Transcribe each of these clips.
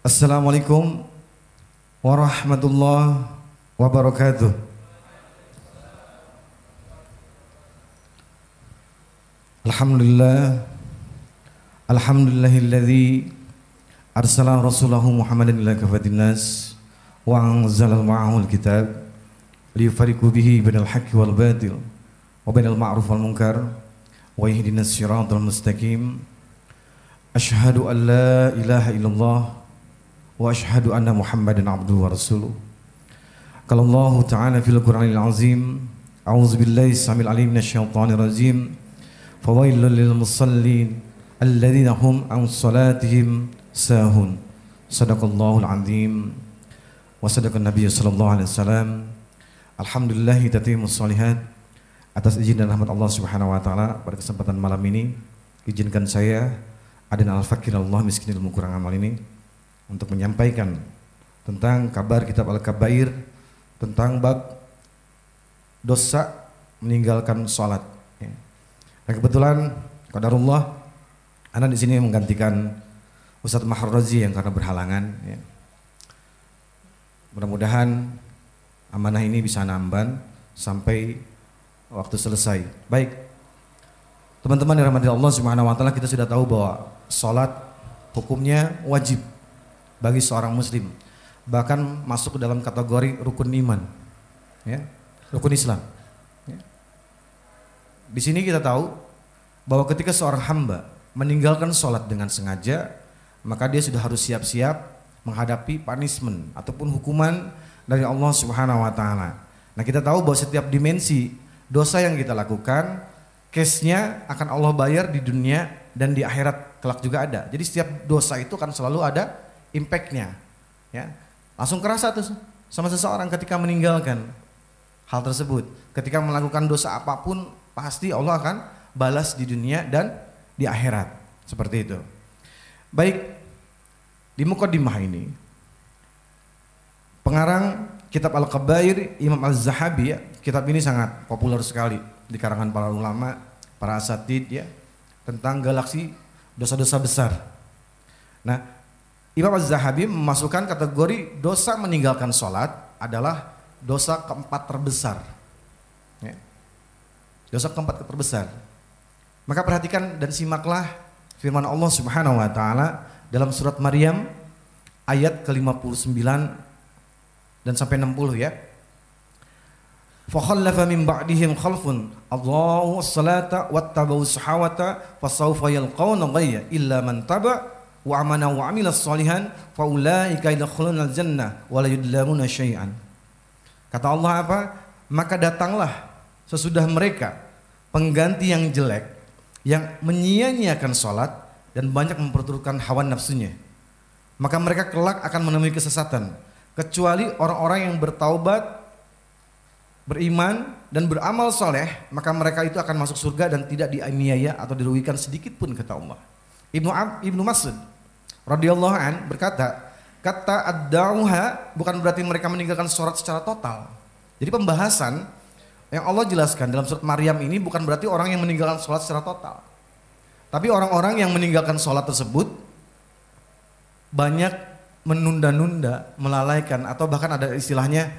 Assalamualaikum warahmatullahi wabarakatuh. Alhamdulillah, alhamdulillahilladzi arsala rasulahu Muhammadan ila kafatin nas wa anzala ma'ahul kitab liyufariqu bihi bainal haqqi wal batil wa bainal ma'ruf wal munkar wa yahdinas siratal mustaqim. Asyhadu an la ilaha illallah wa asyhadu anna Muhammadan abduhu wa rasuluh. Qala Allah ta'ala fil Qur'anil azim, a'udzu billahi samil alim minasyaitonir rajim. Fawailul lil musallin alladzina hum an salatihim sahun. Shadaqallahul azim wa sadaqan nabiy sallallahu alaihi wasallam. Alhamdulillah tatimmus shalihat. Atas izin dan rahmat Allah Subhanahu wa taala, pada kesempatan malam ini izinkan saya Aden Al-Fakir Allah miskin ilmu kurang amal ini untuk menyampaikan tentang kabar kitab Al-Kabair, tentang bab dosa meninggalkan sholat. Dan kebetulan qadarullah anak di sini menggantikan Ustadz Mahr Razi yang karena berhalangan. Mudah-mudahan amanah ini bisa namban sampai waktu selesai. Baik, teman-teman yang dirahmati Allah Subhanahu wa taala, kita sudah tahu bahwa sholat hukumnya wajib bagi seorang muslim, bahkan masuk ke dalam kategori rukun iman, rukun Islam. Di sini kita tahu bahwa ketika seorang hamba meninggalkan sholat dengan sengaja, maka dia sudah harus siap-siap menghadapi punishment ataupun hukuman dari Allah Subhanahu wa taala. Nah, kita tahu bahwa setiap dimensi dosa yang kita lakukan, case-nya akan Allah bayar di dunia dan di akhirat kelak juga ada. Jadi setiap dosa itu akan selalu ada impact-nya. Langsung kerasa tuh sama seseorang ketika meninggalkan hal tersebut. Ketika melakukan dosa apapun, pasti Allah akan balas di dunia dan di akhirat. Seperti itu. Baik, di muqaddimah ini pengarang kitab Al-Kabair Imam Az-Zahabi, kitab ini sangat populer sekali di kalangan para ulama, para asatid tentang galaksi dosa-dosa besar. Nah, Imam Az-Zahabi memasukkan kategori dosa meninggalkan sholat adalah dosa keempat terbesar. Dosa keempat terbesar. Maka perhatikan dan simaklah firman Allah Subhanahu wa taala dalam surat Maryam ayat ke-59 dan sampai 60 ya. Fa khallafa min ba'dihim khalfun adhaa'u as-salata wattaba'u as-shahawata fasawfa yalqawna ghayya illa man taba wa amana wa amila shalihan fa ulaika yadkhuluna al-jannah wa la yudlamuna syai'an. Kata Allah apa? Maka datanglah sesudah mereka pengganti yang jelek, yang menyia-nyiakan sholat dan banyak memperturutkan hawa nafsunya, maka mereka kelak akan menemui kesesatan, kecuali orang-orang yang bertaubat, beriman dan beramal soleh, maka mereka itu akan masuk surga dan tidak dianiaya atau dirugikan sedikit pun, kata Allah. Ibnu Mas'ud radhiyallahu an berkata, kata ad-da'uha bukan berarti mereka meninggalkan sholat secara total. Jadi pembahasan yang Allah jelaskan dalam surat Maryam ini bukan berarti orang yang meninggalkan sholat secara total, tapi orang-orang yang meninggalkan sholat tersebut banyak menunda-nunda, melalaikan, atau bahkan ada istilahnya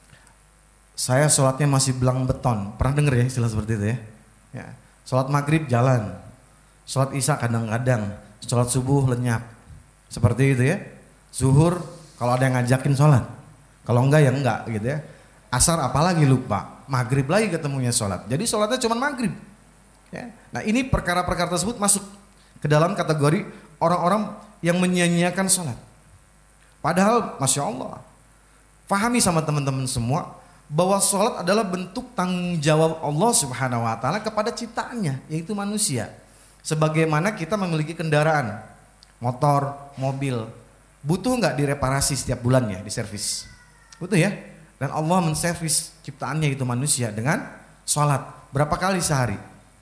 saya sholatnya masih belang beton. Pernah dengar ya istilah seperti itu ya? Sholat maghrib jalan, sholat isya kadang-kadang, sholat subuh lenyap, seperti itu ya. Zuhur kalau ada yang ngajakin sholat, kalau enggak ya enggak gitu ya. Asar apalagi lupa, maghrib lagi ketemunya sholat. Jadi sholatnya cuma maghrib. Nah, ini perkara-perkara tersebut masuk ke dalam kategori orang-orang yang menyia-nyiakan sholat. Padahal Masya Allah, fahami sama teman-teman semua bahwa sholat adalah bentuk tanggung jawab Allah Subhanahu wa taala kepada ciptaannya, yaitu manusia. Sebagaimana kita memiliki kendaraan, motor, mobil, butuh nggak direparasi setiap bulannya, diservis? Butuh ya? Dan Allah menservis ciptaannya itu manusia dengan sholat. Berapa kali sehari?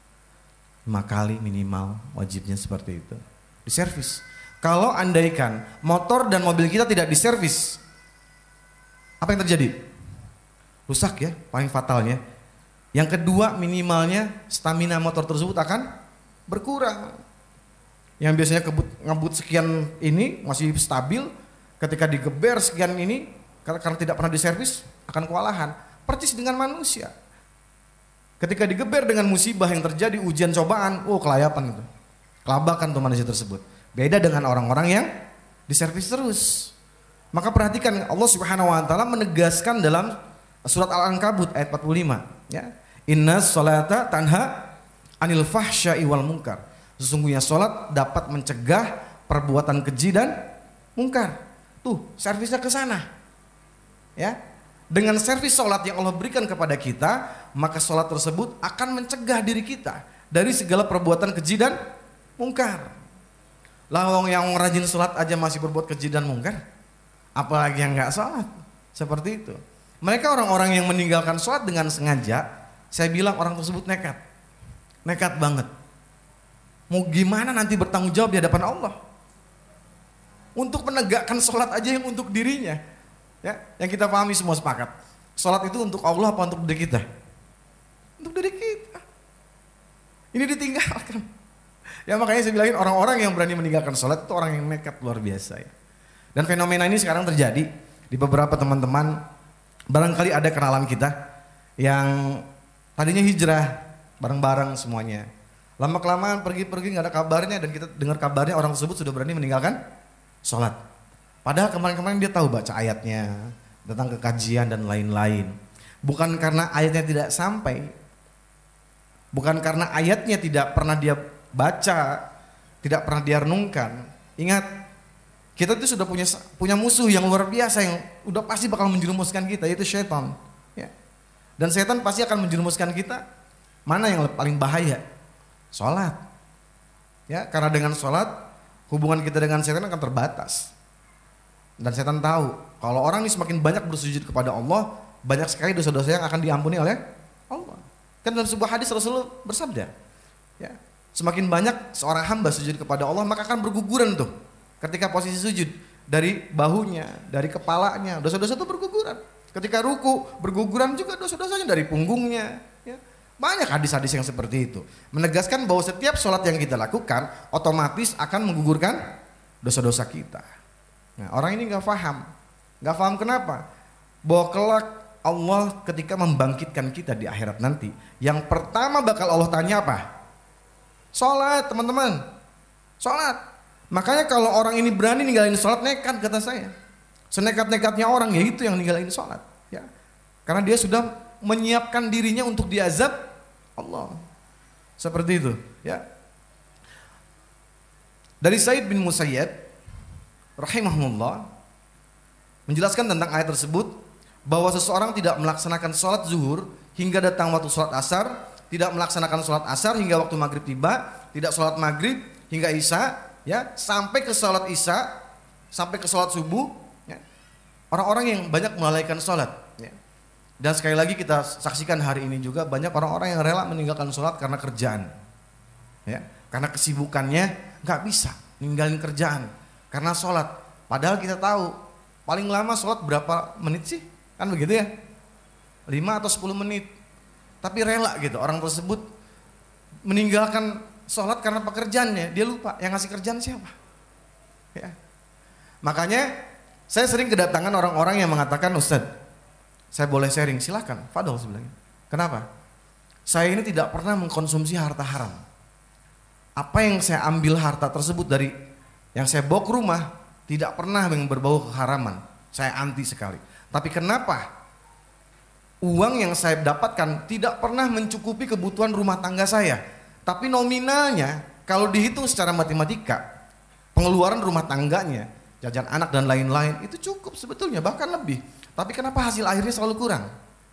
5 kali minimal, wajibnya seperti itu. Diservis. Kalau andaikan motor dan mobil kita tidak diservis, apa yang terjadi? Rusak ya, paling fatalnya. Yang kedua, minimalnya stamina motor tersebut akan berkurang. Yang biasanya ngebut sekian ini masih stabil, Ketika digeber sekian ini, karena tidak pernah diservis, akan kewalahan. Persis dengan manusia. Ketika digeber dengan musibah yang terjadi, ujian cobaan, kelayapan itu. Kelabakan tuh manusia tersebut. Beda dengan orang-orang yang diservis terus. Maka perhatikan Allah Subhanahu wa taala menegaskan dalam surat Al-Ankabut ayat 45, ya. Innas sholata tanha anil fahsya'i wal munkar. Sesungguhnya salat dapat mencegah perbuatan keji dan mungkar. Tuh, servisnya ke sana. Ya. Dengan servis salat yang Allah berikan kepada kita, maka salat tersebut akan mencegah diri kita dari segala perbuatan keji dan mungkar. Lah wong yang rajin salat aja masih berbuat keji dan mungkar, apalagi yang enggak salat. Seperti itu. Mereka orang-orang yang meninggalkan salat dengan sengaja, saya bilang orang tersebut nekat. Nekat banget. Mau gimana nanti bertanggung jawab di hadapan Allah? Untuk menegakkan salat aja yang untuk dirinya. Ya, yang kita pahami semua sepakat. Salat itu untuk Allah apa untuk diri kita? Untuk diri kita. Ini ditinggalkan. Ya makanya saya bilangin orang-orang yang berani meninggalkan salat itu orang yang nekat luar biasa ya. Dan fenomena ini sekarang terjadi di beberapa teman-teman. Barangkali ada kenalan kita yang tadinya hijrah bareng-bareng semuanya. Lama-kelamaan pergi-pergi nggak ada kabarnya dan kita dengar kabarnya orang tersebut sudah berani meninggalkan salat. Padahal kemarin-kemarin dia tahu baca ayatnya, datang ke kajian dan lain-lain. Bukan karena ayatnya tidak sampai, bukan karena ayatnya tidak pernah dia baca, tidak pernah dia renungkan. Ingat, kita itu sudah punya musuh yang luar biasa yang udah pasti bakal menjerumuskan kita, yaitu syaitan. Ya. Dan setan pasti akan menjerumuskan kita. Mana yang paling bahaya? Salat. Ya, karena dengan salat hubungan kita dengan setan akan terbatas. Dan setan tahu kalau orang ini semakin banyak bersujud kepada Allah, banyak sekali dosa-dosa yang akan diampuni oleh Allah. Kan dalam sebuah hadis Rasulullah bersabda, ya, semakin banyak seorang hamba sujud kepada Allah maka akan berguguran tuh ketika posisi sujud, dari bahunya, dari kepalanya, dosa-dosa itu berguguran. Ketika ruku berguguran juga dosa-dosanya dari punggungnya. Ya. Banyak hadis-hadis yang seperti itu menegaskan bahwa setiap sholat yang kita lakukan otomatis akan menggugurkan dosa-dosa kita. Nah, orang ini nggak paham kenapa? Bahwa kelak Allah ketika membangkitkan kita di akhirat nanti, yang pertama bakal Allah tanya apa? Sholat, teman-teman, sholat. Makanya kalau orang ini berani ninggalin sholat, nekat kata saya. Senekat-nekatnya orang ya itu yang ninggalin sholat, ya. Karena dia sudah menyiapkan dirinya untuk diazab Allah. Seperti itu, ya. Dari Sa'id bin Musayyib rahimahullah menjelaskan tentang ayat tersebut bahwa seseorang tidak melaksanakan sholat zuhur hingga datang waktu sholat asar, tidak melaksanakan sholat asar hingga waktu maghrib tiba, tidak sholat maghrib hingga isya, ya, sampai ke sholat isya, sampai ke sholat subuh, ya. Orang-orang yang banyak melalaikan sholat, ya. Dan sekali lagi kita saksikan hari ini juga banyak orang-orang yang rela meninggalkan sholat karena kerjaan, ya, karena kesibukannya nggak bisa ninggalin kerjaan karena sholat. Padahal kita tahu paling lama sholat berapa menit sih, kan begitu ya, 5 atau 10 menit. Tapi rela gitu orang tersebut meninggalkan sholat karena pekerjaannya. Dia lupa yang ngasih kerjaan siapa, ya. Makanya saya sering kedatangan orang-orang yang mengatakan, Ustadz, saya boleh sharing? Silakan, fadol sebenarnya. Kenapa? Saya ini tidak pernah mengkonsumsi harta haram. Apa yang saya ambil harta tersebut dari yang saya bawa ke rumah tidak pernah yang berbau keharaman. Saya anti sekali. Tapi kenapa uang yang saya dapatkan tidak pernah mencukupi kebutuhan rumah tangga saya? Tapi nominalnya kalau dihitung secara matematika, pengeluaran rumah tangganya, jajan anak dan lain-lain itu cukup sebetulnya, bahkan lebih. Tapi kenapa hasil akhirnya selalu kurang?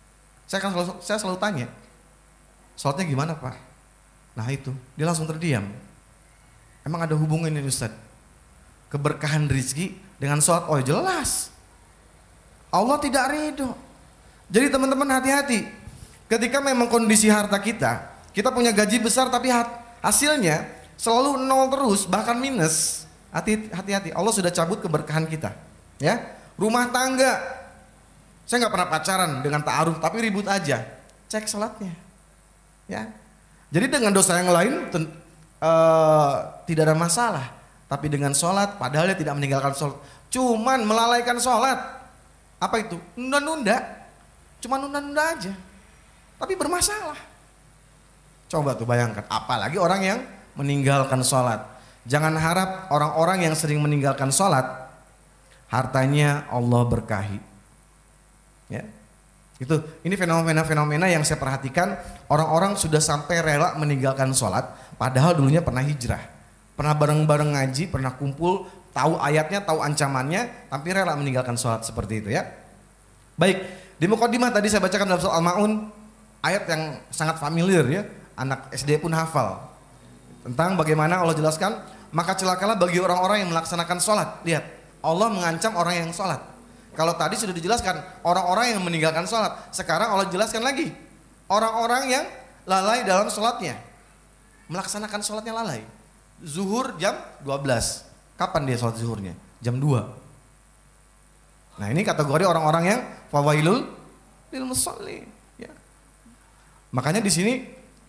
Saya selalu tanya, sholatnya gimana Pak? Nah itu, dia langsung terdiam. Emang ada hubungannya Ustadz? Keberkahan rezeki dengan sholat? Oh jelas, Allah tidak ridho. Jadi teman-teman hati-hati. Ketika memang kondisi harta kita punya gaji besar tapi hasilnya selalu nol terus, bahkan minus. Hati-hati, Allah sudah cabut keberkahan kita. Ya, rumah tangga, saya nggak pernah pacaran dengan ta'aruf tapi ribut aja, cek sholatnya. Ya, jadi dengan dosa yang lain tidak ada masalah. Tapi dengan sholat, padahal dia tidak meninggalkan sholat, cuman melalaikan sholat. Apa itu? Nunda-nunda. Cuma nunda-nunda aja. Tapi bermasalah. Coba tuh bayangkan, apalagi orang yang meninggalkan sholat. Jangan harap orang-orang yang sering meninggalkan sholat, hartanya Allah berkahi. Ya. Ini fenomena-fenomena yang saya perhatikan, orang-orang sudah sampai rela meninggalkan sholat, padahal dulunya pernah hijrah, pernah bareng-bareng ngaji, pernah kumpul, tahu ayatnya, tahu ancamannya, tapi rela meninggalkan sholat seperti itu ya. Baik, di mukadimah tadi saya bacakan dalam surah Al-Ma'un, ayat yang sangat familiar ya, anak SD pun hafal. Tentang bagaimana Allah jelaskan, maka celakalah bagi orang-orang yang melaksanakan sholat. Lihat, Allah mengancam orang yang sholat. Kalau tadi sudah dijelaskan orang-orang yang meninggalkan sholat, sekarang Allah jelaskan lagi orang-orang yang lalai dalam sholatnya, melaksanakan sholatnya lalai. Zuhur jam 12, kapan dia sholat zuhurnya? Jam 2. Nah ini kategori orang-orang yang fawailul lil musalli. Ya. Makanya di sini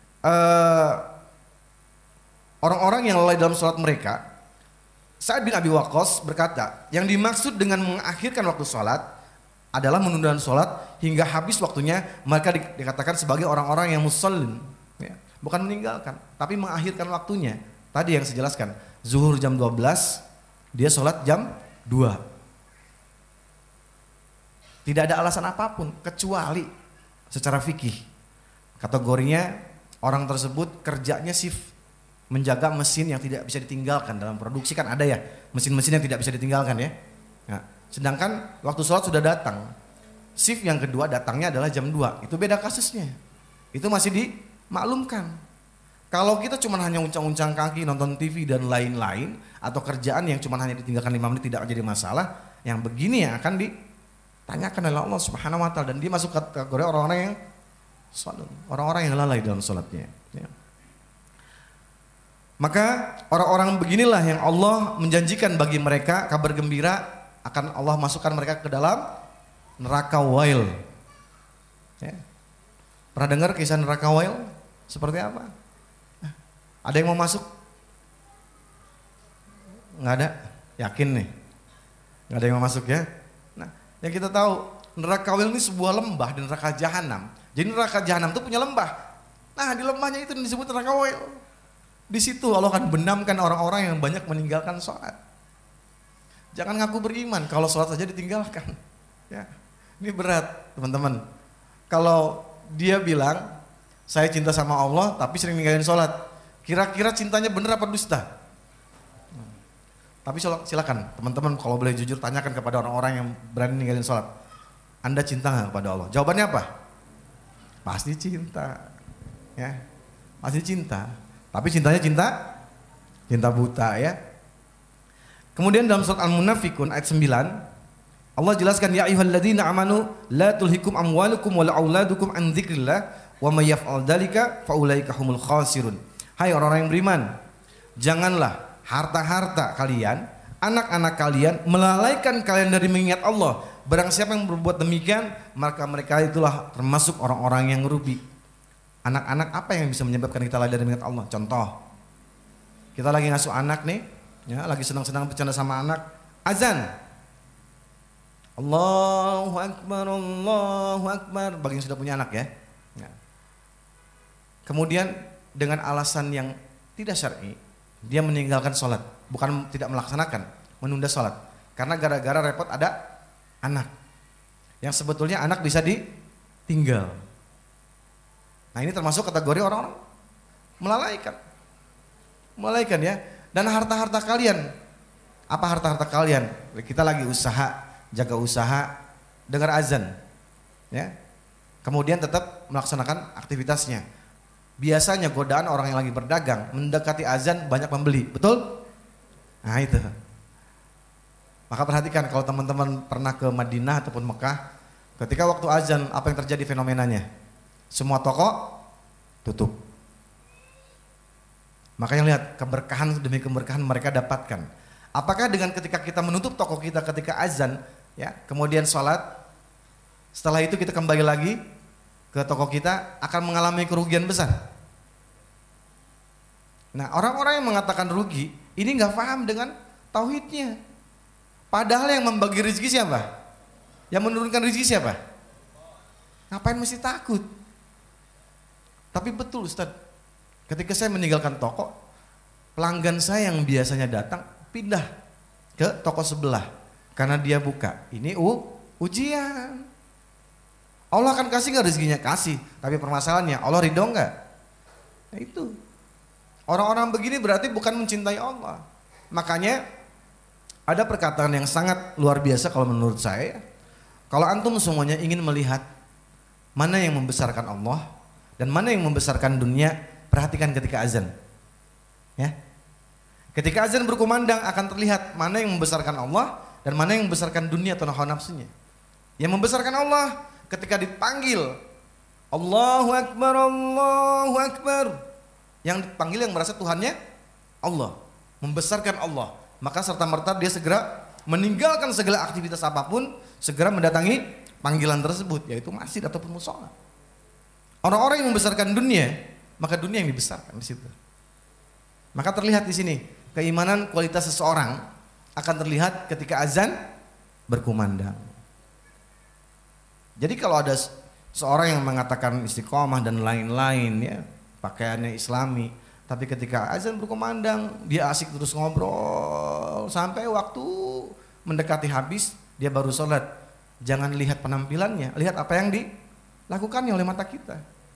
orang-orang yang lalai dalam sholat mereka, Sa'ad bin Abi Waqqas berkata, yang dimaksud dengan mengakhirkan waktu sholat adalah menunda sholat hingga habis waktunya, maka dikatakan sebagai orang-orang yang musallin, ya. Bukan meninggalkan, tapi mengakhirkan waktunya. Tadi yang saya jelaskan, zuhur jam 12, dia sholat jam 2. Tidak ada alasan apapun kecuali secara fikih. Kategorinya orang tersebut kerjanya shift, menjaga mesin yang tidak bisa ditinggalkan. Dalam produksi kan ada ya mesin-mesin yang tidak bisa ditinggalkan ya. Nah, sedangkan waktu sholat sudah datang, shift yang kedua datangnya adalah jam 2, itu beda kasusnya, itu masih dimaklumkan. Kalau kita cuma hanya uncang-uncang kaki, nonton TV dan lain-lain, atau kerjaan yang cuma hanya ditinggalkan 5 menit tidak jadi masalah, yang begini yang akan ditanyakan oleh Allah Subhanahu wa taala, dan dia masuk kategori orang-orang yang sholat, orang-orang yang lalai dalam sholatnya ya. Maka orang-orang beginilah yang Allah menjanjikan bagi mereka kabar gembira, akan Allah masukkan mereka ke dalam neraka wail. Ya. Pernah dengar kisah neraka wail? Seperti apa? Ada yang mau masuk? Nggak ada? Yakin nih? Nggak ada yang mau masuk ya? Nah, yang kita tahu neraka wail ini sebuah lembah di neraka jahanam. Jadi neraka jahanam itu punya lembah. Nah di lembahnya itu disebut neraka wail. Di situ Allah akan benamkan orang-orang yang banyak meninggalkan sholat. Jangan ngaku beriman kalau sholat saja ditinggalkan. Ya, ini berat teman-teman. Kalau dia bilang saya cinta sama Allah tapi sering ninggalin sholat, kira-kira cintanya benar apa dusta? Tapi silakan teman-teman kalau boleh jujur tanyakan kepada orang-orang yang berani ninggalin sholat, Anda cinta nggak kepada Allah? Jawabannya apa? Pasti cinta. Ya, pasti cinta. Tapi cintanya cinta buta ya. Kemudian dalam surat Al-Munafiqun ayat 9, Allah jelaskan, ya ayyuhalladzina amanu la tulhikum amwalukum wala auladukum an dzikrillah wa may yaf'al dzalika faulaika humul khasirun. Hai orang-orang yang beriman, janganlah harta-harta kalian, anak-anak kalian melalaikan kalian dari mengingat Allah. Barang siapa yang berbuat demikian, maka mereka itulah termasuk orang-orang yang rugi. Anak-anak apa yang bisa menyebabkan kita lalai dari mengingat Allah? Contoh, kita lagi ngasuh anak nih, ya, lagi senang-senang bercanda sama anak, azan, Allahu Akbar, bagi yang sudah punya anak ya. Ya. Kemudian dengan alasan yang tidak syar'i, dia meninggalkan sholat, bukan tidak melaksanakan, menunda sholat, karena gara-gara repot ada anak, yang sebetulnya anak bisa ditinggal. Nah ini termasuk kategori orang-orang melalaikan ya. Dan harta-harta kalian, apa harta-harta kalian? Kita lagi usaha, jaga usaha, dengar azan, ya. Kemudian tetap melaksanakan aktivitasnya. Biasanya godaan orang yang lagi berdagang, mendekati azan banyak pembeli, betul? Nah itu. Maka perhatikan kalau teman-teman pernah ke Madinah ataupun Mekah, ketika waktu azan apa yang terjadi fenomenanya? Semua toko tutup. Makanya lihat keberkahan demi keberkahan mereka dapatkan. Apakah dengan ketika kita menutup toko kita ketika azan, ya, kemudian sholat, setelah itu kita kembali lagi ke toko kita akan mengalami kerugian besar? Nah orang-orang yang mengatakan rugi ini nggak paham dengan tauhidnya. Padahal yang membagi rezeki siapa? Yang menurunkan rezeki siapa? Ngapain mesti takut? Tapi betul Ustaz, ketika saya meninggalkan toko, pelanggan saya yang biasanya datang pindah ke toko sebelah karena dia buka. Ini ujian. Allah akan kasih nggak rezekinya? Kasih. Tapi permasalahannya Allah ridho nggak? Nah itu. Orang-orang begini berarti bukan mencintai Allah. Makanya ada perkataan yang sangat luar biasa kalau menurut saya. Kalau antum semuanya ingin melihat mana yang membesarkan Allah dan mana yang membesarkan dunia, perhatikan ketika azan. Ya. Ketika azan berkumandang akan terlihat mana yang membesarkan Allah dan mana yang membesarkan dunia atau hawa nafsunya. Yang membesarkan Allah ketika dipanggil Allahu Akbar, Allahu Akbar. Yang dipanggil yang merasa Tuhannya Allah, membesarkan Allah. Maka serta-merta dia segera meninggalkan segala aktivitas apapun, segera mendatangi panggilan tersebut, yaitu masjid ataupun mushola. Orang-orang yang membesarkan dunia, maka dunia yang dibesarkan di situ. Maka terlihat di sini keimanan kualitas seseorang akan terlihat ketika azan berkumandang. Jadi kalau ada seorang yang mengatakan istiqomah dan lain-lain ya, pakaiannya islami, tapi ketika azan berkumandang dia asik terus ngobrol sampai waktu mendekati habis dia baru sholat. Jangan lihat penampilannya, lihat apa yang dilakukannya oleh mata kita.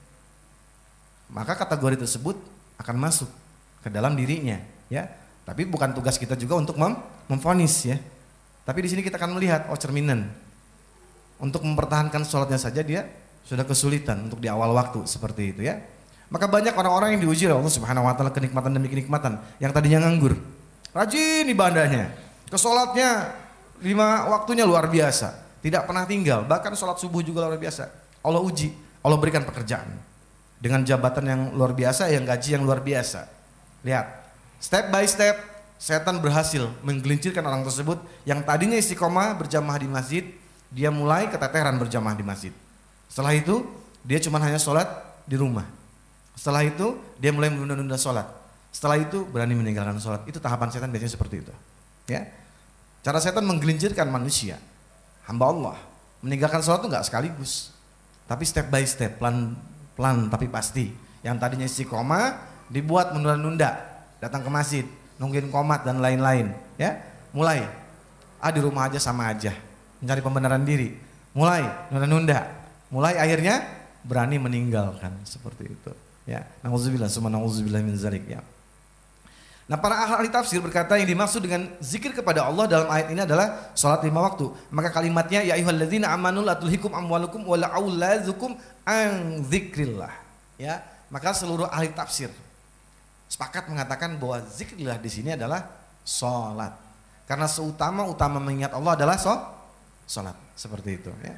Maka kategori tersebut akan masuk ke dalam dirinya, ya. Tapi bukan tugas kita juga untuk memvonis ya. Tapi di sini kita akan melihat cerminan. Untuk mempertahankan sholatnya saja dia sudah kesulitan untuk di awal waktu seperti itu ya. Maka banyak orang-orang yang diuji oleh Allah Subhanahu wa taala kenikmatan demi kenikmatan. Yang tadinya nganggur, rajin ibadahnya, ke sholatnya 5 waktunya luar biasa, tidak pernah tinggal, bahkan sholat subuh juga luar biasa. Allah uji, Allah berikan pekerjaan dengan jabatan yang luar biasa, yang gaji yang luar biasa. Lihat, step by step setan berhasil menggelincirkan orang tersebut yang tadinya istiqomah berjamaah di masjid, dia mulai keteteran berjamaah di masjid. Setelah itu dia cuma hanya sholat di rumah. Setelah itu dia mulai menunda-nunda sholat. Setelah itu berani meninggalkan sholat. Itu tahapan setan biasanya seperti itu. Ya, cara setan menggelincirkan manusia, hamba Allah, meninggalkan sholat itu nggak sekaligus, tapi step by step, pelan-pelan tapi pasti. Yang tadinya istiqomah dibuat menunda-nunda, datang ke masjid, nungguin qomat dan lain-lain. Ya, mulai di rumah aja sama aja, mencari pembenaran diri, mulai nunda-nunda, mulai akhirnya berani meninggalkan seperti itu. Ya, nauzubillah, summa nauzubillah min zalik ya. Nah, para ahli tafsir berkata yang dimaksud dengan zikir kepada Allah dalam ayat ini adalah salat 5 waktu. Maka kalimatnya ya ayyuhalladzina amanu la tulhikum amwalukum wala auladukum an dzikrillah. Ya, maka seluruh ahli tafsir sepakat mengatakan bahwa zikrillah di sini adalah salat. Karena seutama-utama mengingat Allah adalah salat, seperti itu ya.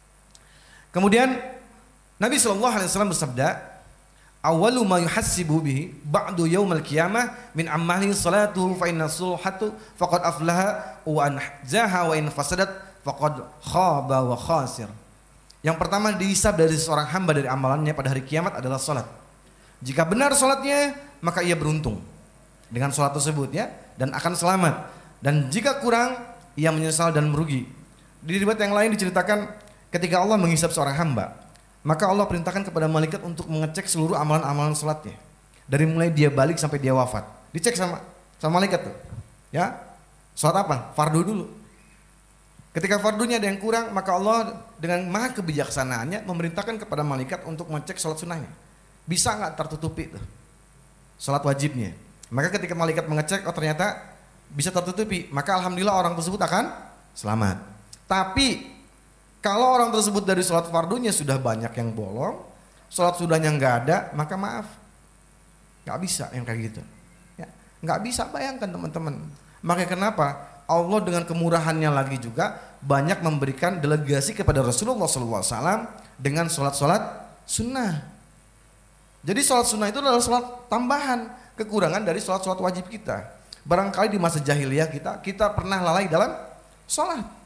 Kemudian Nabi SAW bersabda, awwalu ma yuhassibu bihi ba'du yaumal qiyamah min amali salatu fa inna sulhatu faqad aflaha wa an jaha wa in fasadat faqad khaba wa khasir. Yang pertama dihisab dari seorang hamba dari amalannya pada hari kiamat adalah salat. Jika benar salatnya, maka ia beruntung dengan salat tersebut ya, dan akan selamat. Dan jika kurang, ia menyesal dan merugi. Di riwayat yang lain diceritakan ketika Allah menghisab seorang hamba, maka Allah perintahkan kepada malaikat untuk mengecek seluruh amalan-amalan salatnya. Dari mulai dia balik sampai dia wafat. Dicek sama malaikat tuh. Ya. Salat apa? Fardu dulu. Ketika fardunya ada yang kurang, maka Allah dengan maha kebijaksanaannya memerintahkan kepada malaikat untuk mengecek salat sunnahnya. Bisa nggak tertutupi tuh salat wajibnya. Maka ketika malaikat mengecek, ternyata bisa tertutupi, maka alhamdulillah orang tersebut akan selamat. Tapi kalau orang tersebut dari sholat fardunya sudah banyak yang bolong, sholat sudahnya nggak ada, maka maaf, nggak bisa yang kayak gitu. Ya, nggak bisa, bayangkan teman-teman. Makanya kenapa Allah dengan kemurahannya lagi juga banyak memberikan delegasi kepada Rasulullah SAW dengan sholat-sholat sunnah. Jadi sholat sunnah itu adalah sholat tambahan, kekurangan dari sholat-sholat wajib kita. Barangkali di masa jahiliyah kita pernah lalai dalam sholat.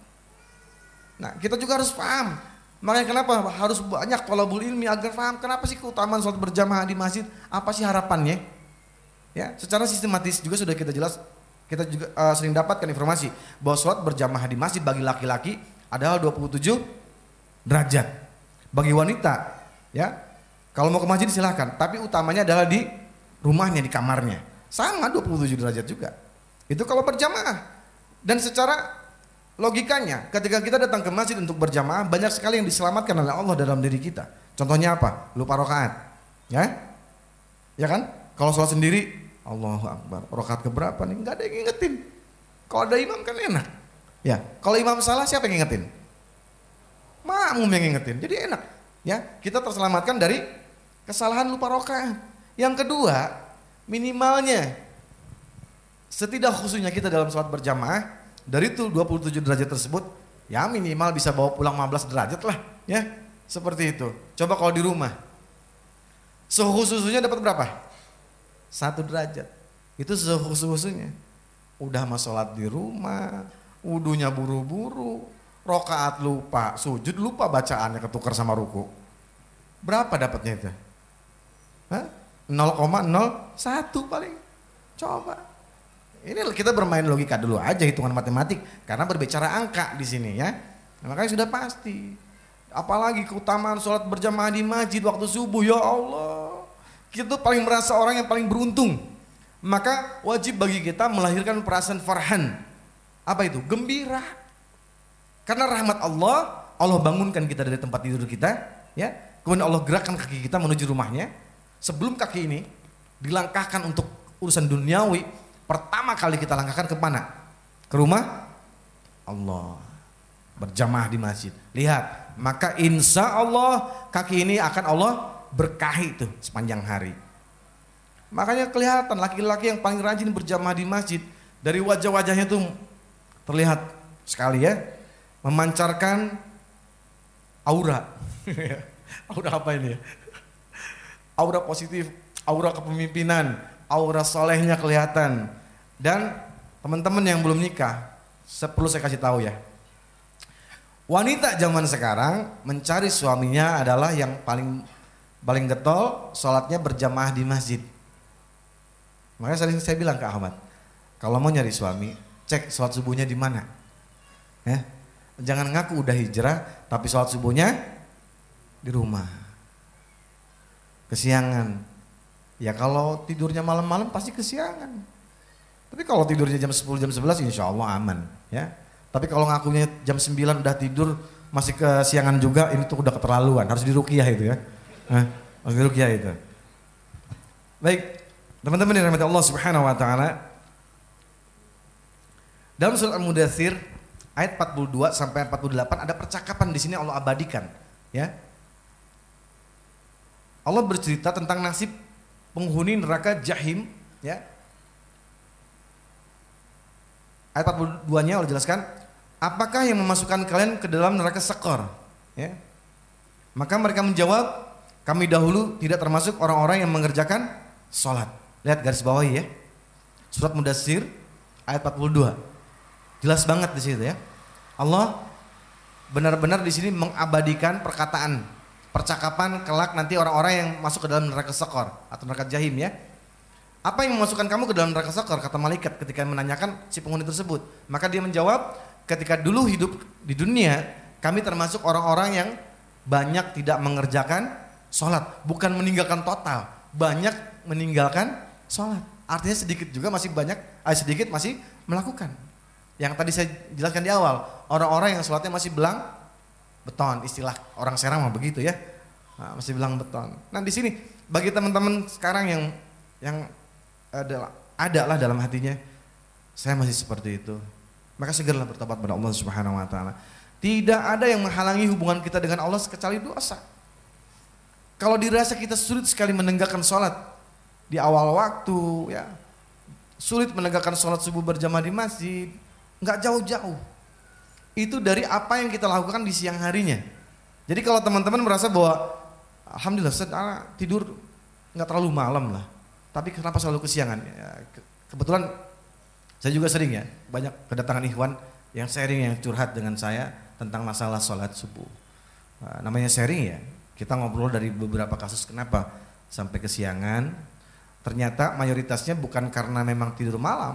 Nah, kita juga harus paham. Makanya kenapa harus banyak thalabul ilmi agar paham kenapa sih keutamaan sholat berjamaah di masjid, apa sih harapannya? Ya, secara sistematis juga sudah kita kita juga sering dapatkan informasi bahwa sholat berjamaah di masjid bagi laki-laki adalah 27 derajat. Bagi wanita, ya, kalau mau ke masjid silahkan, tapi utamanya adalah di rumahnya, di kamarnya. Sama 27 derajat juga. Itu kalau berjamaah. Dan secara logikanya, ketika kita datang ke masjid untuk berjamaah, banyak sekali yang diselamatkan oleh Allah dalam diri kita. Contohnya apa? Lupa rakaat. Ya? Ya kan? Kalau sholat sendiri, Allahu Akbar, rakaat keberapa nih? Enggak ada yang ngingetin. Kalau ada imam kan enak. Ya, kalau imam salah siapa yang ngingetin? Makmum yang ngingetin. Jadi enak. Ya, kita terselamatkan dari kesalahan lupa rakaat. Yang kedua, minimalnya setidak khususnya kita dalam sholat berjamaah dari itu 27 derajat tersebut, ya minimal bisa bawa pulang 15 derajat lah, ya. Seperti itu. Coba kalau di rumah, suhu-suhunya dapat berapa? 1 derajat. Itu suhu-suhunya. Udah mah sholat di rumah, wudunya buru-buru, rokaat lupa, sujud lupa bacaannya ketukar sama ruku. Berapa dapatnya itu? 0,01 paling. Coba. Ini kita bermain logika dulu aja, hitungan matematik, karena berbicara angka di sini ya. Nah, makanya sudah pasti. Apalagi keutamaan sholat berjamaah di masjid waktu subuh, ya Allah. Kita tuh paling merasa orang yang paling beruntung. Maka wajib bagi kita melahirkan perasaan farhan. Apa itu? Gembira. Karena rahmat Allah, Allah bangunkan kita dari tempat tidur kita, ya. Kemudian Allah gerakkan kaki kita menuju rumahnya. Sebelum kaki ini dilangkahkan untuk urusan duniawi, pertama kali kita langkahkan ke mana? Ke rumah Allah. Berjamaah di masjid. Lihat, maka insya Allah kaki ini akan Allah berkahi itu sepanjang hari. Makanya kelihatan laki-laki yang paling rajin berjamaah di masjid, dari wajah-wajahnya tuh terlihat sekali ya, memancarkan aura. Aura apa ini ya? Aura positif, aura kepemimpinan, aura solehnya kelihatan. Dan teman-teman yang belum nikah, perlu saya kasih tahu ya, wanita zaman sekarang mencari suaminya adalah yang paling getol sholatnya berjamaah di masjid. Makanya sering saya bilang ke Ahmad, kalau mau nyari suami, cek sholat subuhnya di mana. Ya? Jangan ngaku udah hijrah, tapi sholat subuhnya di rumah. Kesiangan. Ya kalau tidurnya malam-malam pasti kesiangan. Tapi kalau tidurnya jam 10, jam 11 insya Allah aman. Ya. Tapi kalau ngakunya jam 9 udah tidur masih kesiangan juga, ini tuh udah keterlaluan. Harus diruqyah itu ya. Harus diruqyah itu. Baik, teman-teman yang rahmati Allah Subhanahu wa taala. Dalam surat Al-Mudaththir ayat 42 sampai 48 ada percakapan di sini Allah abadikan, ya. Allah bercerita tentang nasib penghuni neraka Jahim, ya. Ayat 42-nya Allah jelaskan, apakah yang memasukkan kalian ke dalam neraka Saqar, ya. Maka mereka menjawab, kami dahulu tidak termasuk orang-orang yang mengerjakan sholat. Lihat garis bawahi ya. Surat Mudaththir ayat 42. Jelas banget di situ ya. Allah benar-benar di sini mengabadikan percakapan kelak nanti orang-orang yang masuk ke dalam neraka Saqar atau neraka Jahim ya. Apa yang memasukkan kamu ke dalam neraka Saqar? Kata malaikat ketika menanyakan si penghuni tersebut. Maka dia menjawab, ketika dulu hidup di dunia kami termasuk orang-orang yang banyak tidak mengerjakan sholat. Bukan meninggalkan total, banyak meninggalkan sholat. Artinya sedikit juga masih banyak, sedikit masih melakukan. Yang tadi saya jelaskan di awal, orang-orang yang sholatnya masih belang beton, istilah orang Serang mah begitu ya, masih bilang beton. Nah di sini bagi teman-teman sekarang yang ada lah dalam hatinya, saya masih seperti itu, maka segeralah bertobat pada Allah Subhanahu Wa Taala. Tidak ada yang menghalangi hubungan kita dengan Allah kecuali dosa. Kalau dirasa kita sulit sekali menegakkan sholat di awal waktu, ya, sulit menegakkan sholat subuh berjamaah di masjid, nggak jauh-jauh. Itu dari apa yang kita lakukan di siang harinya. Jadi kalau teman-teman merasa bahwa alhamdulillah saya tidur nggak terlalu malam lah, tapi kenapa selalu kesiangan? Ya, kebetulan saya juga sering ya banyak kedatangan ikhwan yang sharing, yang curhat dengan saya tentang masalah sholat subuh. Namanya sharing ya, kita ngobrol dari beberapa kasus kenapa sampai kesiangan. Ternyata mayoritasnya bukan karena memang tidur malam,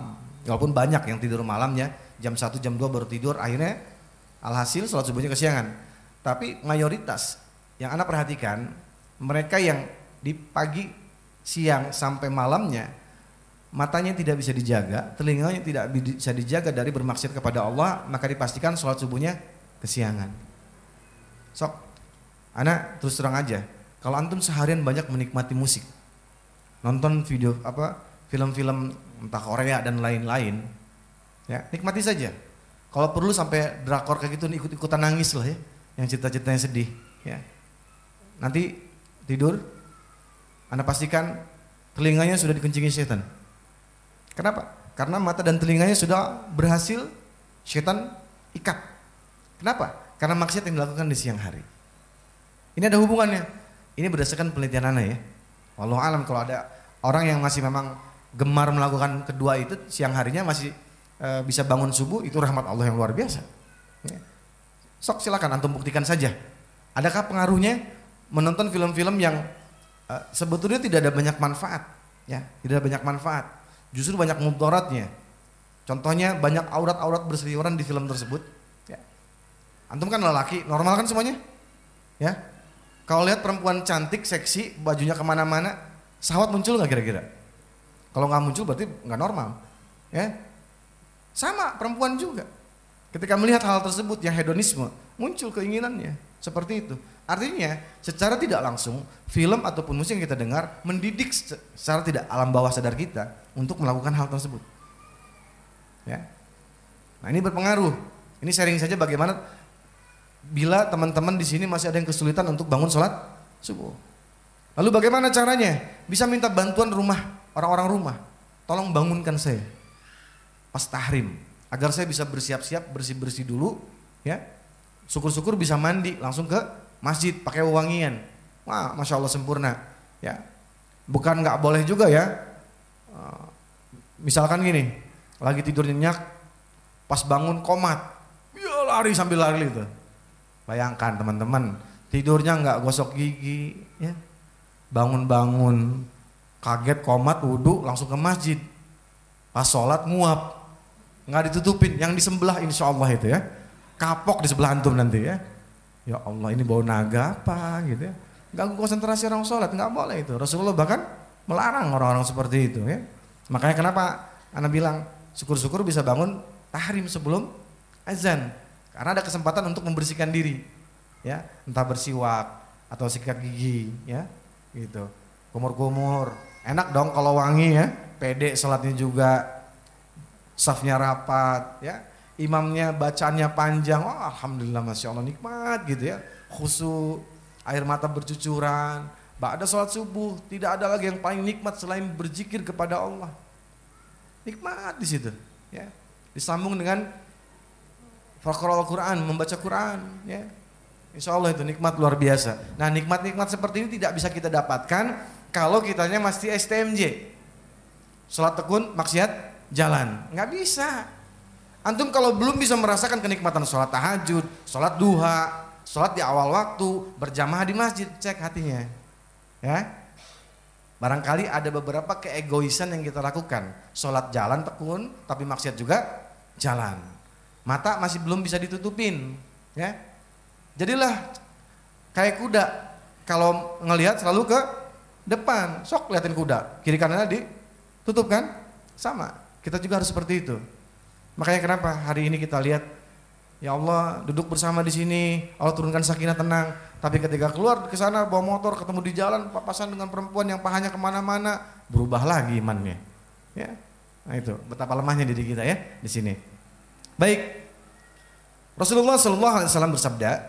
Walaupun banyak yang tidur malamnya jam 1 jam 2 baru tidur, akhirnya alhasil sholat subuhnya kesiangan. Tapi mayoritas yang Anda perhatikan, mereka yang di pagi, siang sampai malamnya matanya tidak bisa dijaga, telinganya tidak bisa dijaga dari bermaksiat kepada Allah, maka dipastikan sholat subuhnya kesiangan. Sok, Ana terus terang aja, kalau antum seharian banyak menikmati musik, nonton video film-film entah Korea dan lain-lain, ya nikmati saja. Kalau perlu sampai drakor kayak gitu ikut-ikutan nangis lah ya, yang cerita-ceritanya sedih, ya. Nanti tidur, Anda pastikan telinganya sudah dikencingi setan. Kenapa? Karena mata dan telinganya sudah berhasil setan ikat. Kenapa? Karena maksiat yang dilakukan di siang hari. Ini ada hubungannya. Ini berdasarkan penelitian Anda ya. Wallahu alam, kalau ada orang yang masih memang gemar melakukan kedua itu siang harinya masih bisa bangun subuh, itu rahmat Allah yang luar biasa. Ya. Sok silakan antum buktikan saja. Adakah pengaruhnya menonton film-film yang sebetulnya tidak ada banyak manfaat, ya, tidak ada banyak manfaat, justru banyak mudaratnya. Contohnya banyak aurat-aurat berseliweran di film tersebut. Ya. Antum kan lelaki, normal kan semuanya, ya. Kalau lihat perempuan cantik, seksi, bajunya kemana-mana, syahwat muncul nggak kira-kira? Kalau nggak muncul berarti nggak normal, ya. Sama perempuan juga. Ketika melihat hal tersebut yang hedonisme, muncul keinginannya seperti itu. Artinya secara tidak langsung film ataupun musik yang kita dengar mendidik secara tidak alam bawah sadar kita untuk melakukan hal tersebut. Ya. Nah ini berpengaruh. Ini sharing saja bagaimana bila teman-teman di sini masih ada yang kesulitan untuk bangun sholat subuh. Lalu bagaimana caranya? Bisa minta bantuan rumah, orang-orang rumah. Tolong bangunkan saya pas tahrim, agar saya bisa bersiap-siap, bersih-bersih dulu, ya. Syukur-syukur bisa mandi, langsung ke masjid pakai wewangian. Wah, masya Allah sempurna, ya. Bukan nggak boleh juga ya. Misalkan gini, lagi tidur nyenyak, pas bangun komat, ya lari sambil lari itu. Bayangkan teman-teman, tidurnya nggak gosok gigi, ya. Bangun-bangun, kaget komat, wudhu, langsung ke masjid. Pas sholat nguap, nggak ditutupin, yang di sebelah insya Allah itu ya, kapok di sebelah antum nanti ya. Ya Allah ini bau naga apa gitu ya, ganggu konsentrasi orang sholat, nggak boleh itu. Rasulullah bahkan melarang orang-orang seperti itu ya. Makanya kenapa Ana bilang syukur-syukur bisa bangun tahrim sebelum azan, karena ada kesempatan untuk membersihkan diri, ya, entah bersiwak atau sikat gigi, ya, gitu. Kumur-kumur, enak dong kalau wangi ya, pede sholatnya juga, safnya rapat, ya. Imamnya bacaannya panjang, oh, alhamdulillah masya Allah nikmat gitu ya, khusyuk, air mata bercucuran. Ba'da sholat subuh tidak ada lagi yang paling nikmat selain berzikir kepada Allah. Nikmat di situ, ya. Disambung dengan faqra'ul Quran, membaca Quran, ya. Insya Allah itu nikmat luar biasa. Nah nikmat-nikmat seperti ini tidak bisa kita dapatkan kalau kitanya masih STMJ, sholat tekun, maksiat jalan, nggak bisa. Antum kalau belum bisa merasakan kenikmatan sholat tahajud, sholat duha, sholat di awal waktu, berjamaah di masjid, cek hatinya, ya. Barangkali ada beberapa keegoisan yang kita lakukan, sholat jalan tekun, tapi maksiat juga jalan. Mata masih belum bisa ditutupin, ya. Jadilah kayak kuda, kalau ngelihat selalu ke depan, sok liatin kuda, kiri kanannya ditutup kan, sama. Kita juga harus seperti itu. Makanya kenapa hari ini kita lihat, ya Allah duduk bersama di sini, Allah turunkan sakinah tenang. Tapi ketika keluar ke sana bawa motor, ketemu di jalan papasan dengan perempuan yang pahanya kemana-mana, berubah lagi imannya. Ya, nah itu betapa lemahnya diri kita ya di sini. Baik, Rasulullah SAW bersabda,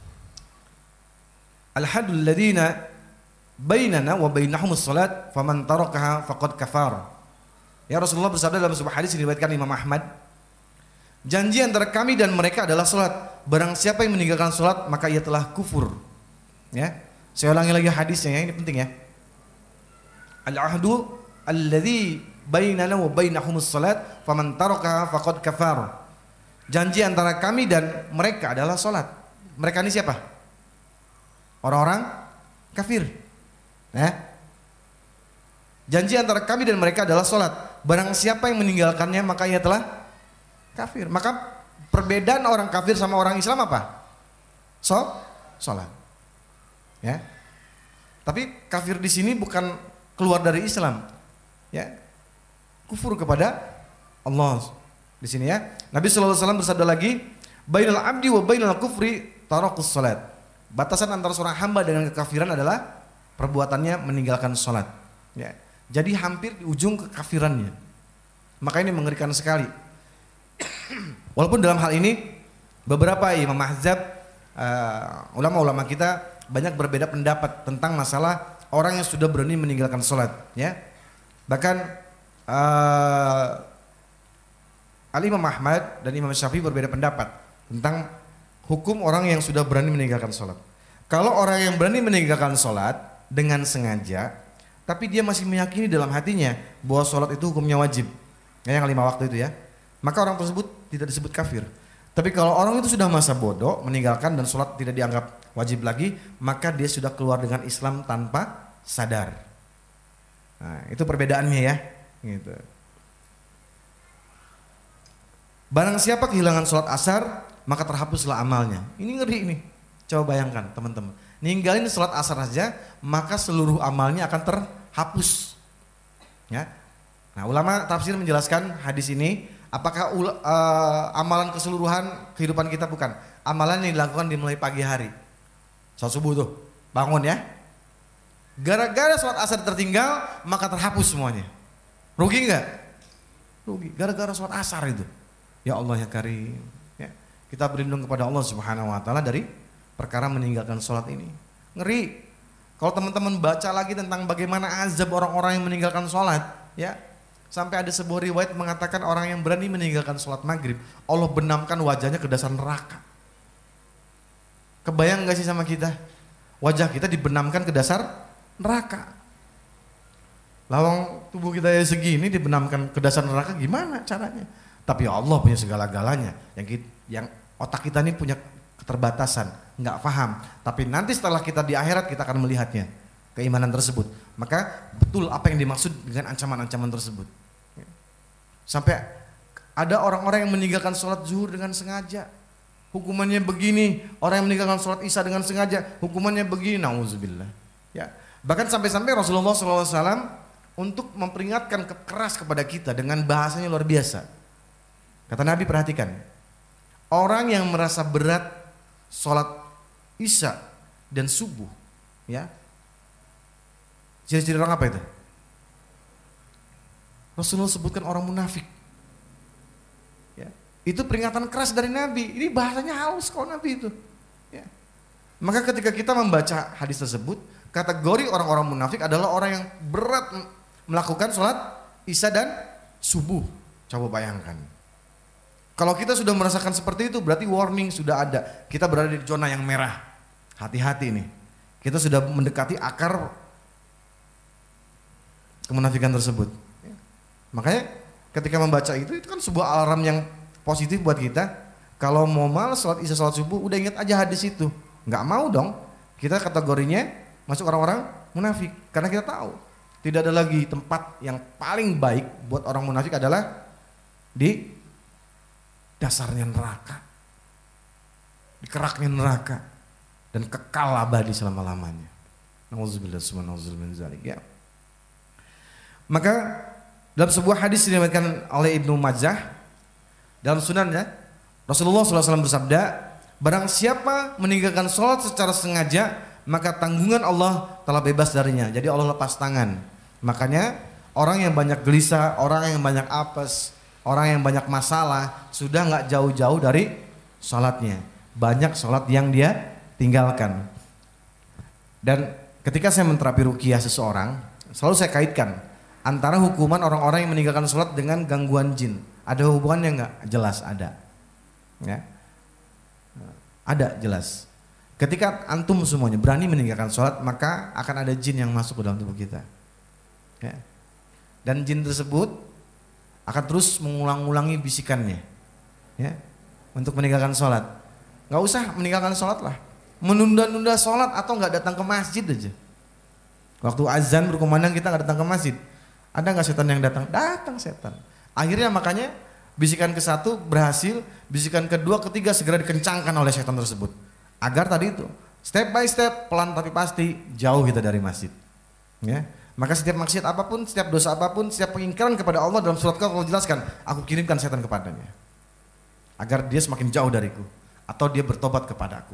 Al-haddul ladina bainana wa bainahumus salat, faman tarakaha faqad kafar. Ya Rasulullah bersabda dalam sebuah hadis yang diriwayatkan Imam Ahmad, janji antara kami dan mereka adalah salat. Barang siapa yang meninggalkan salat maka ia telah kufur. Ya. Saya ulangi lagi hadisnya ya, ini penting ya. Al-ahdu alladzi bainana wa bainahumus salat, faman tarakaha faqad kafar. Janji antara kami dan mereka adalah salat. Mereka ini siapa? Orang-orang kafir. Ya. Janji antara kami dan mereka adalah salat. barang siapa yang meninggalkannya maka ia telah kafir. Maka perbedaan orang kafir sama orang Islam apa? Sholat. Ya. Tapi kafir di sini bukan keluar dari Islam. Ya. Kufur kepada Allah. Di sini ya. Nabi sallallahu alaihi wasallam bersabda lagi, "Bainal abdi wa bainal kufri tarakus salat." Batasan antara seorang hamba dengan kekafiran adalah perbuatannya meninggalkan salat. Ya. Jadi hampir di ujung kekafirannya. Maka ini mengerikan sekali. Walaupun dalam hal ini beberapa imam mazhab, ulama-ulama kita banyak berbeda pendapat tentang masalah orang yang sudah berani meninggalkan sholat. Ya. Bahkan Al-Imam Ahmad dan Imam Syafi'i berbeda pendapat tentang hukum orang yang sudah berani meninggalkan sholat. Kalau orang yang berani meninggalkan sholat dengan sengaja, tapi dia masih meyakini dalam hatinya bahwa sholat itu hukumnya wajib, yang 5 waktu itu ya, maka orang tersebut tidak disebut kafir. Tapi kalau orang itu sudah masa bodoh, meninggalkan dan sholat tidak dianggap wajib lagi, maka dia sudah keluar dengan Islam tanpa sadar. Nah, itu perbedaannya ya. Gitu. Barang siapa kehilangan sholat asar, maka terhapuslah amalnya. Ini ngeri ini. Coba bayangkan teman-teman. Ninggalin sholat asar saja, maka seluruh amalnya akan terhapus. Ya. Nah, ulama tafsir menjelaskan hadis ini, apakah amalan keseluruhan kehidupan kita? Bukan. Amalan yang dilakukan dimulai pagi hari. Sholat subuh tuh, bangun ya. Gara-gara sholat asar tertinggal, maka terhapus semuanya. Rugi nggak? Rugi. Gara-gara sholat asar itu. Ya Allah ya Karim. Ya. Kita berlindung kepada Allah Subhanahu Wa Taala dari perkara meninggalkan sholat ini. Ngeri. Kalau teman-teman baca lagi tentang bagaimana azab orang-orang yang meninggalkan sholat, ya, sampai ada sebuah riwayat mengatakan orang yang berani meninggalkan sholat maghrib, Allah benamkan wajahnya ke dasar neraka. Kebayang gak sih sama kita? Wajah kita dibenamkan ke dasar neraka. Lawang tubuh kita ya segini dibenamkan ke dasar neraka, gimana caranya? Tapi ya Allah punya segala-galanya. Yang otak kita ini punya keterbatasan, nggak paham. Tapi nanti setelah kita di akhirat kita akan melihatnya, keimanan tersebut. Maka betul apa yang dimaksud dengan ancaman-ancaman tersebut. Sampai ada orang-orang yang meninggalkan sholat zuhur dengan sengaja, hukumannya begini. Orang yang meninggalkan sholat isya dengan sengaja, hukumannya begini. Nauzubillah. Ya. Bahkan sampai-sampai Rasulullah SAW untuk memperingatkan keras kepada kita dengan bahasanya luar biasa. Kata Nabi, perhatikan, orang yang merasa berat sholat isya dan subuh, ya, ciri-ciri orang apa itu? Rasulullah sebutkan orang munafik. Ya, itu peringatan keras dari Nabi. Ini bahasanya halus kalau Nabi itu. Ya. Maka ketika kita membaca hadis tersebut, kategori orang-orang munafik adalah orang yang berat melakukan sholat isya dan subuh. Coba bayangkan. Kalau kita sudah merasakan seperti itu, berarti warning sudah ada. Kita berada di zona yang merah. Hati-hati nih. Kita sudah mendekati akar kemunafikan tersebut. Makanya ketika membaca itu kan sebuah alarm yang positif buat kita. Kalau mau malas sholat isya sholat subuh, udah ingat aja hadis itu. Nggak mau dong. Kita kategorinya masuk orang-orang munafik. Karena kita tahu tidak ada lagi tempat yang paling baik buat orang munafik adalah di dasarnya neraka, di keraknya neraka, dan kekal abadi selama-lamanya. Nauzubillah min dzalik ya. Maka dalam sebuah hadis diriwayatkan oleh Ibnu Majah dalam sunannya, Rasulullah SAW bersabda, barang siapa meninggalkan sholat secara sengaja, maka tanggungan Allah telah bebas darinya. Jadi Allah lepas tangan. Makanya orang yang banyak gelisah, orang yang banyak apes, orang yang banyak masalah sudah nggak jauh-jauh dari sholatnya. Banyak sholat yang dia tinggalkan. Dan ketika saya menterapi ruqyah seseorang, selalu saya kaitkan antara hukuman orang-orang yang meninggalkan sholat dengan gangguan jin. Ada hubungannya nggak? Jelas ada. Ya. Ada jelas. Ketika antum semuanya berani meninggalkan sholat, maka akan ada jin yang masuk ke dalam tubuh kita. Ya. Dan jin tersebut akan terus mengulang-ulangi bisikannya, ya, untuk meninggalkan sholat. Nggak usah meninggalkan sholat lah, menunda-nunda sholat atau nggak datang ke masjid aja. Waktu azan berkumandang kita nggak datang ke masjid, Ada nggak setan yang datang? Datang setan. Akhirnya makanya bisikan ke satu berhasil, bisikan kedua, ketiga segera dikencangkan oleh setan tersebut. Agar tadi itu step by step, pelan tapi pasti jauh kita dari masjid. Ya. Maka setiap maksiat apapun, setiap dosa apapun, setiap pengingkaran kepada Allah dalam surat Kahf Allah jelaskan, aku kirimkan setan kepadanya. Agar dia semakin jauh dariku atau dia bertobat kepadaku.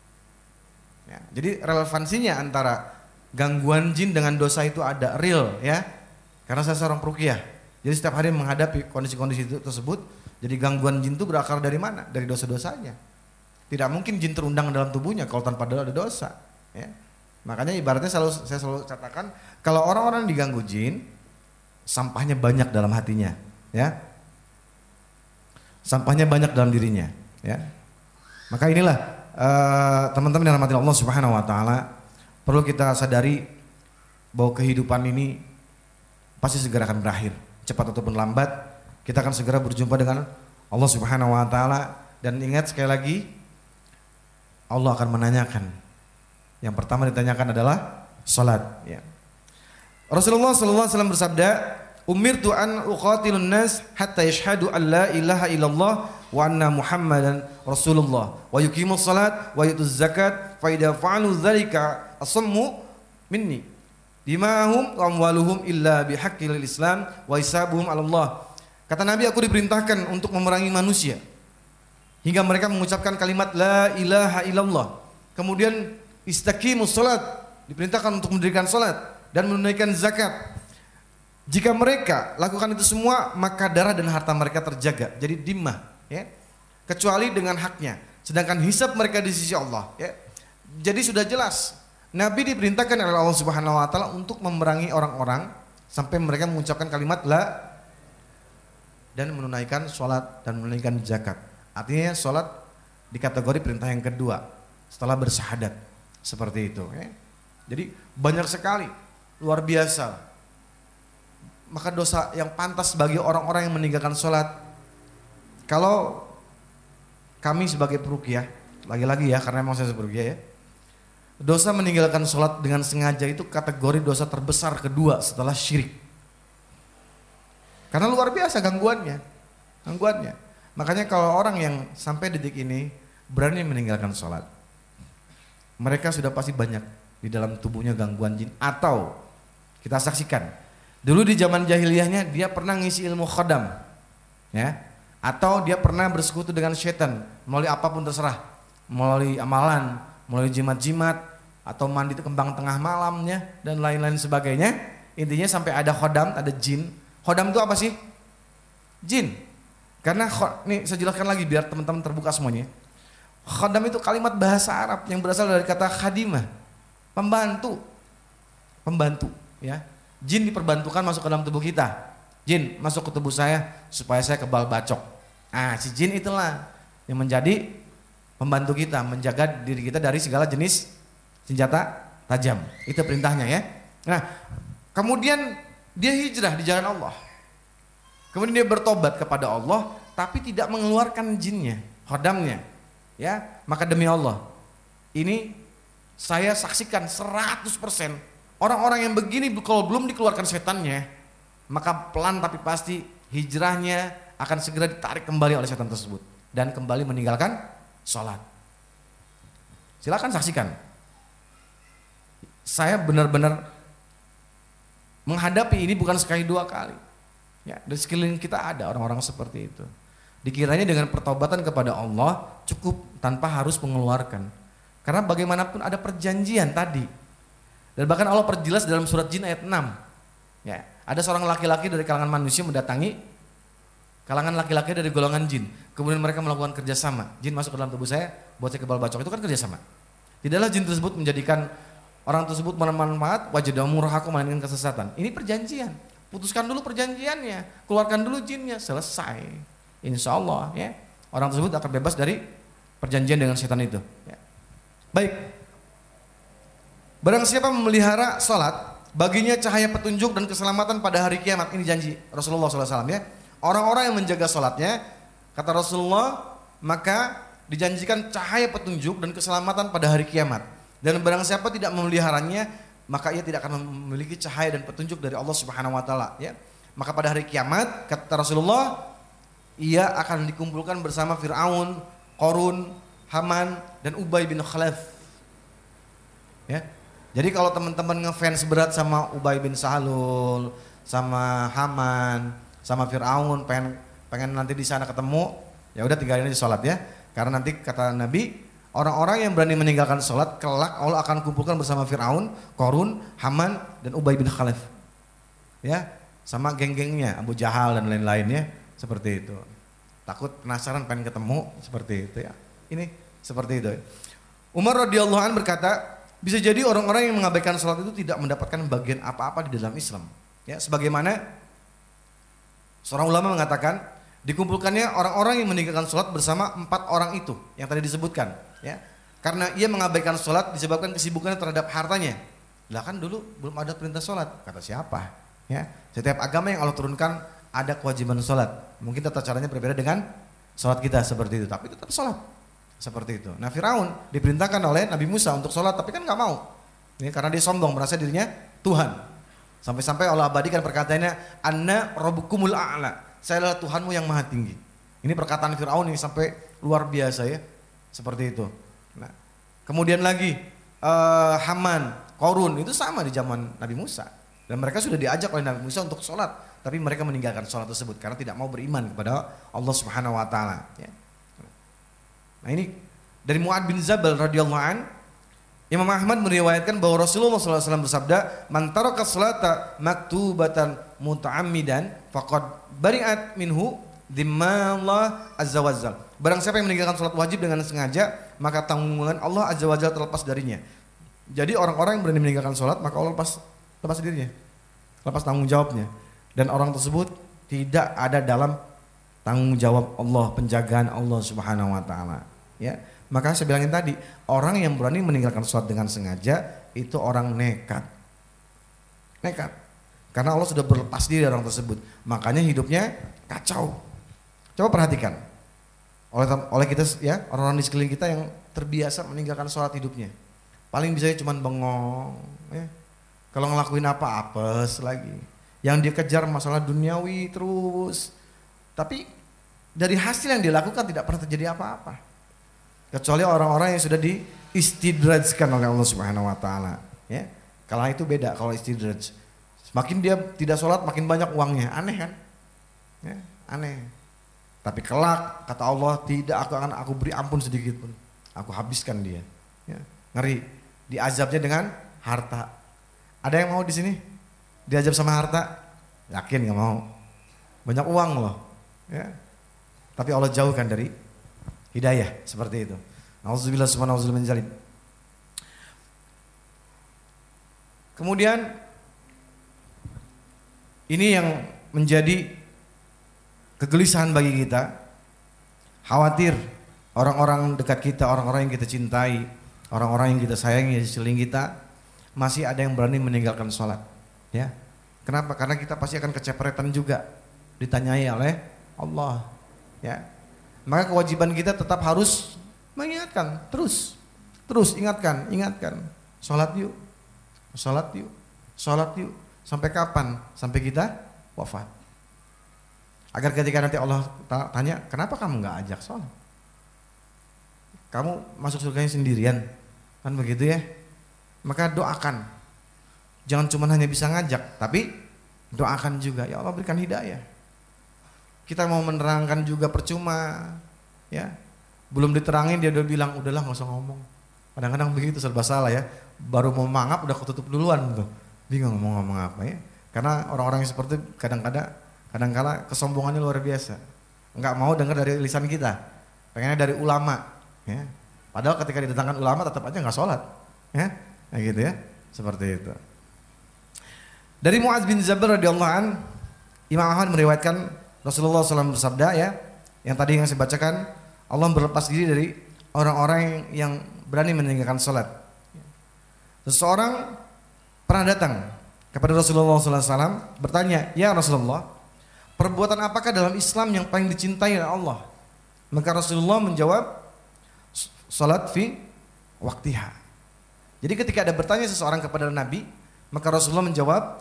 Ya, jadi relevansinya antara gangguan jin dengan dosa itu ada real ya. Karena saya seorang peruqyah. Jadi setiap hari menghadapi kondisi-kondisi itu tersebut, jadi gangguan jin itu berakar dari mana? Dari dosa-dosanya. Tidak mungkin jin terundang dalam tubuhnya kalau tanpa ada dosa, ya. Makanya ibaratnya saya selalu katakan, kalau orang-orang diganggu jin, sampahnya banyak dalam hatinya, ya. Sampahnya banyak dalam dirinya, ya. Maka inilah teman-teman yang rahmati Allah Subhanahu wa taala, perlu kita sadari bahwa kehidupan ini pasti segera akan berakhir, cepat ataupun lambat kita akan segera berjumpa dengan Allah Subhanahu wa taala. Dan ingat sekali lagi, Allah akan menanyakan. Yang pertama ditanyakan adalah salat, ya. Rasulullah sallallahu alaihi wasallam bersabda, "Umirtu an uqatilun nas hatta yashhadu an la ilaha illallah wa anna Muhammadan Rasulullah wa yuqimus salat wa yutuz zakat fa idza fa'alu dzalika asammu minni dimahum wa amwaluhum illa bihaqqil Islam wa hisabuhum 'ala Allah." Kata Nabi, aku diperintahkan untuk memerangi manusia hingga mereka mengucapkan kalimat la ilaha illallah. Kemudian istaqimus salat, diperintahkan untuk mendirikan salat dan menunaikan zakat. Jika mereka lakukan itu semua, maka darah dan harta mereka terjaga. Jadi dimah, ya. Kecuali dengan haknya. Sedangkan hisab mereka di sisi Allah, ya. Jadi sudah jelas, Nabi diperintahkan oleh Allah Subhanahu wa taala untuk memerangi orang-orang sampai mereka mengucapkan kalimat la dan menunaikan salat dan menunaikan zakat. Artinya salat di kategori perintah yang kedua setelah bersyahadat, seperti itu, ya. Jadi banyak sekali, luar biasa. Maka dosa yang pantas bagi orang-orang yang meninggalkan sholat. Kalau kami sebagai peruqyah, lagi-lagi ya, karena memang saya peruqyah ya, dosa meninggalkan sholat dengan sengaja itu kategori dosa terbesar kedua setelah syirik. Karena luar biasa gangguannya. Makanya kalau orang yang sampai detik ini berani meninggalkan sholat, mereka sudah pasti banyak di dalam tubuhnya gangguan jin. Atau kita saksikan, dulu di zaman jahiliyahnya dia pernah ngisi ilmu khodam, ya, atau dia pernah bersekutu dengan setan melalui apapun terserah, melalui amalan, melalui jimat-jimat, atau mandi kembang tengah malamnya dan lain-lain sebagainya. Intinya sampai ada khodam, ada jin. Khodam itu apa sih? Jin. Karena nih saya jelaskan lagi biar teman-teman terbuka semuanya. Khodam itu kalimat bahasa Arab yang berasal dari kata khadimah, pembantu, ya. Jin diperbantukan masuk ke dalam tubuh kita. Jin masuk ke tubuh saya supaya saya kebal bacok. Si jin itulah yang menjadi pembantu kita, menjaga diri kita dari segala jenis senjata tajam. Itu perintahnya, ya. Nah, kemudian dia hijrah di jalan Allah. Kemudian dia bertobat kepada Allah, tapi tidak mengeluarkan jinnya, khodamnya, ya. Maka demi Allah, ini saya saksikan 100%. Orang-orang yang begini kalau belum dikeluarkan setannya, maka pelan tapi pasti hijrahnya akan segera ditarik kembali oleh setan tersebut dan kembali meninggalkan sholat. Silakan saksikan. Saya benar-benar menghadapi ini bukan sekali dua kali. Ya, di sekeliling kita ada orang-orang seperti itu. Dikiranya dengan pertobatan kepada Allah cukup tanpa harus mengeluarkan. Karena bagaimanapun ada perjanjian tadi. Dan bahkan Allah perjelas dalam surat Jin ayat 6. Ya, ada seorang laki-laki dari kalangan manusia mendatangi kalangan laki-laki dari golongan jin. Kemudian mereka melakukan kerjasama. Jin masuk ke dalam tubuh saya, buat saya kebal bacok. Itu kan kerjasama. Tidaklah jin tersebut menjadikan orang tersebut bermanfaat, wajadahu murhaku, melainkan kesesatan. Ini perjanjian. Putuskan dulu perjanjiannya, keluarkan dulu jinnya, selesai. Insya Allah, ya, orang tersebut akan bebas dari perjanjian dengan setan itu. Ya. Baik. Barang siapa memelihara salat, baginya cahaya petunjuk dan keselamatan pada hari kiamat. Ini janji Rasulullah SAW, ya. Orang-orang yang menjaga salatnya, kata Rasulullah, maka dijanjikan cahaya petunjuk dan keselamatan pada hari kiamat. Dan barang siapa tidak memeliharanya, maka ia tidak akan memiliki cahaya dan petunjuk dari Allah Subhanahu wa taala, ya. Maka pada hari kiamat kata Rasulullah, ia akan dikumpulkan bersama Fir'aun, Qarun, Haman dan Ubay bin Khalaf. Ya. Jadi kalau teman-teman ngefans berat sama Ubay bin Salul, sama Haman, sama Fir'aun, pengen nanti di sana ketemu, ya udah tinggalin aja sholat ya. Karena nanti kata Nabi, orang-orang yang berani meninggalkan sholat kelak Allah akan kumpulkan bersama Fir'aun, Qarun, Haman dan Ubay bin Khalaf. Ya, sama geng-gengnya Abu Jahal dan lain-lainnya seperti itu. Takut penasaran pengen ketemu seperti itu ya. Ini seperti itu. Umar radhiyallahu anhu berkata, bisa jadi orang-orang yang mengabaikan sholat itu tidak mendapatkan bagian apa-apa di dalam Islam. Ya, sebagaimana seorang ulama mengatakan, dikumpulkannya orang-orang yang meninggalkan sholat bersama 4 orang itu yang tadi disebutkan. Ya, karena ia mengabaikan sholat disebabkan kesibukannya terhadap hartanya. Lah kan dulu belum ada perintah sholat, kata siapa? Ya, setiap agama yang Allah turunkan ada kewajiban sholat. Mungkin tata caranya berbeda dengan sholat kita seperti itu, tapi tetap sholat seperti itu. Nah, Firaun diperintahkan oleh Nabi Musa untuk sholat, tapi kan nggak mau. Ini karena dia sombong, merasa dirinya Tuhan. Sampai-sampai Allah abadikan perkataannya, Anna Rabbukumul A'la. Saya adalah Tuhanmu yang maha tinggi. Ini perkataan Firaun yang sampai luar biasa ya, seperti itu. Nah, kemudian lagi Haman, Qarun itu sama di zaman Nabi Musa. Dan mereka sudah diajak oleh Nabi Musa untuk sholat, tapi mereka meninggalkan sholat tersebut karena tidak mau beriman kepada Allah Subhanahu Wa Taala. Ya. Nah ini dari Mu'ad bin Jabal radhiyallahu an, Imam Ahmad meriwayatkan bahwa Rasulullah SAW bersabda, "Man taraka sholata maktubatan muta'ammidan faqad bari'at minhu dhimmallah azza wajalla." Barang siapa yang meninggalkan sholat wajib dengan sengaja, maka tanggungan Allah azza wajalla terlepas darinya. Jadi orang-orang yang berani meninggalkan sholat, maka Allah lepas dirinya, lepas tanggung jawabnya, dan orang tersebut tidak ada dalam tanggung jawab Allah, penjagaan Allah Subhanahu Wa Taala. Ya, maka saya bilangin tadi, orang yang berani meninggalkan sholat dengan sengaja itu orang nekat, karena Allah sudah berlepas diri dari orang tersebut, makanya hidupnya kacau. Coba perhatikan, oleh kita ya, orang-orang di sekeliling kita yang terbiasa meninggalkan sholat hidupnya, paling bisa cuma bengong, ya. Kalau ngelakuin apa apes lagi, yang dia kejar masalah duniawi terus, tapi dari hasil yang dilakukan tidak pernah terjadi apa-apa. Kecuali orang-orang yang sudah diistidrajkan oleh Allah Subhanahu Wa Taala. Ya, kalau itu beda. Kalau istidraj, semakin dia tidak sholat makin banyak uangnya, aneh kan? Ya, aneh. Tapi kelak kata Allah, tidak akan aku beri ampun sedikit pun, aku habiskan dia. Ya, ngeri. Diazabnya dengan harta. Ada yang mau di sini diazab sama harta? Yakin nggak mau? Banyak uang loh. Ya. Tapi Allah jauhkan dari hidayah seperti itu. Nauzubillah subhanahu wa ta'ala. Kemudian ini yang menjadi kegelisahan bagi kita. Khawatir orang-orang dekat kita, orang-orang yang kita cintai, orang-orang yang kita sayangi di sekeliling kita masih ada yang berani meninggalkan sholat. Ya. Kenapa? Karena kita pasti akan kecepretan juga, ditanyai oleh Allah. Ya, maka kewajiban kita tetap harus mengingatkan, terus ingatkan, sholat yuk, sampai kapan? Sampai kita wafat. Agar ketika nanti Allah tanya, kenapa kamu nggak ajak sholat? Kamu masuk surganya sendirian, kan begitu ya? Maka doakan, jangan cuma hanya bisa ngajak, tapi doakan juga, ya Allah berikan hidayah. Kita mau menerangkan juga percuma, ya. Belum diterangin dia udah bilang udahlah nggak usah ngomong. Kadang-kadang begitu, serba salah ya. Baru mau mangap udah ketutup duluan tuh, bingung mau ngomong apa ya. Karena orang-orang yang seperti itu kadang-kala kesombongannya luar biasa. Nggak mau dengar dari lisan kita, pengennya dari ulama, ya. Padahal ketika didatangkan ulama tetap aja nggak sholat, ya. Nah gitu ya, seperti itu. Dari Mu'adz bin Jabal radhiyallahu an, Imam Ahmad meriwayatkan Rasulullah SAW bersabda ya, yang tadi yang saya bacakan, Allah berlepas diri dari orang-orang yang berani meninggalkan sholat. Seseorang pernah datang kepada Rasulullah SAW bertanya, ya Rasulullah, perbuatan apakah dalam Islam yang paling dicintai oleh Allah? Maka Rasulullah menjawab, sholat fi waktiha. Jadi ketika ada bertanya seseorang kepada Nabi, maka Rasulullah menjawab,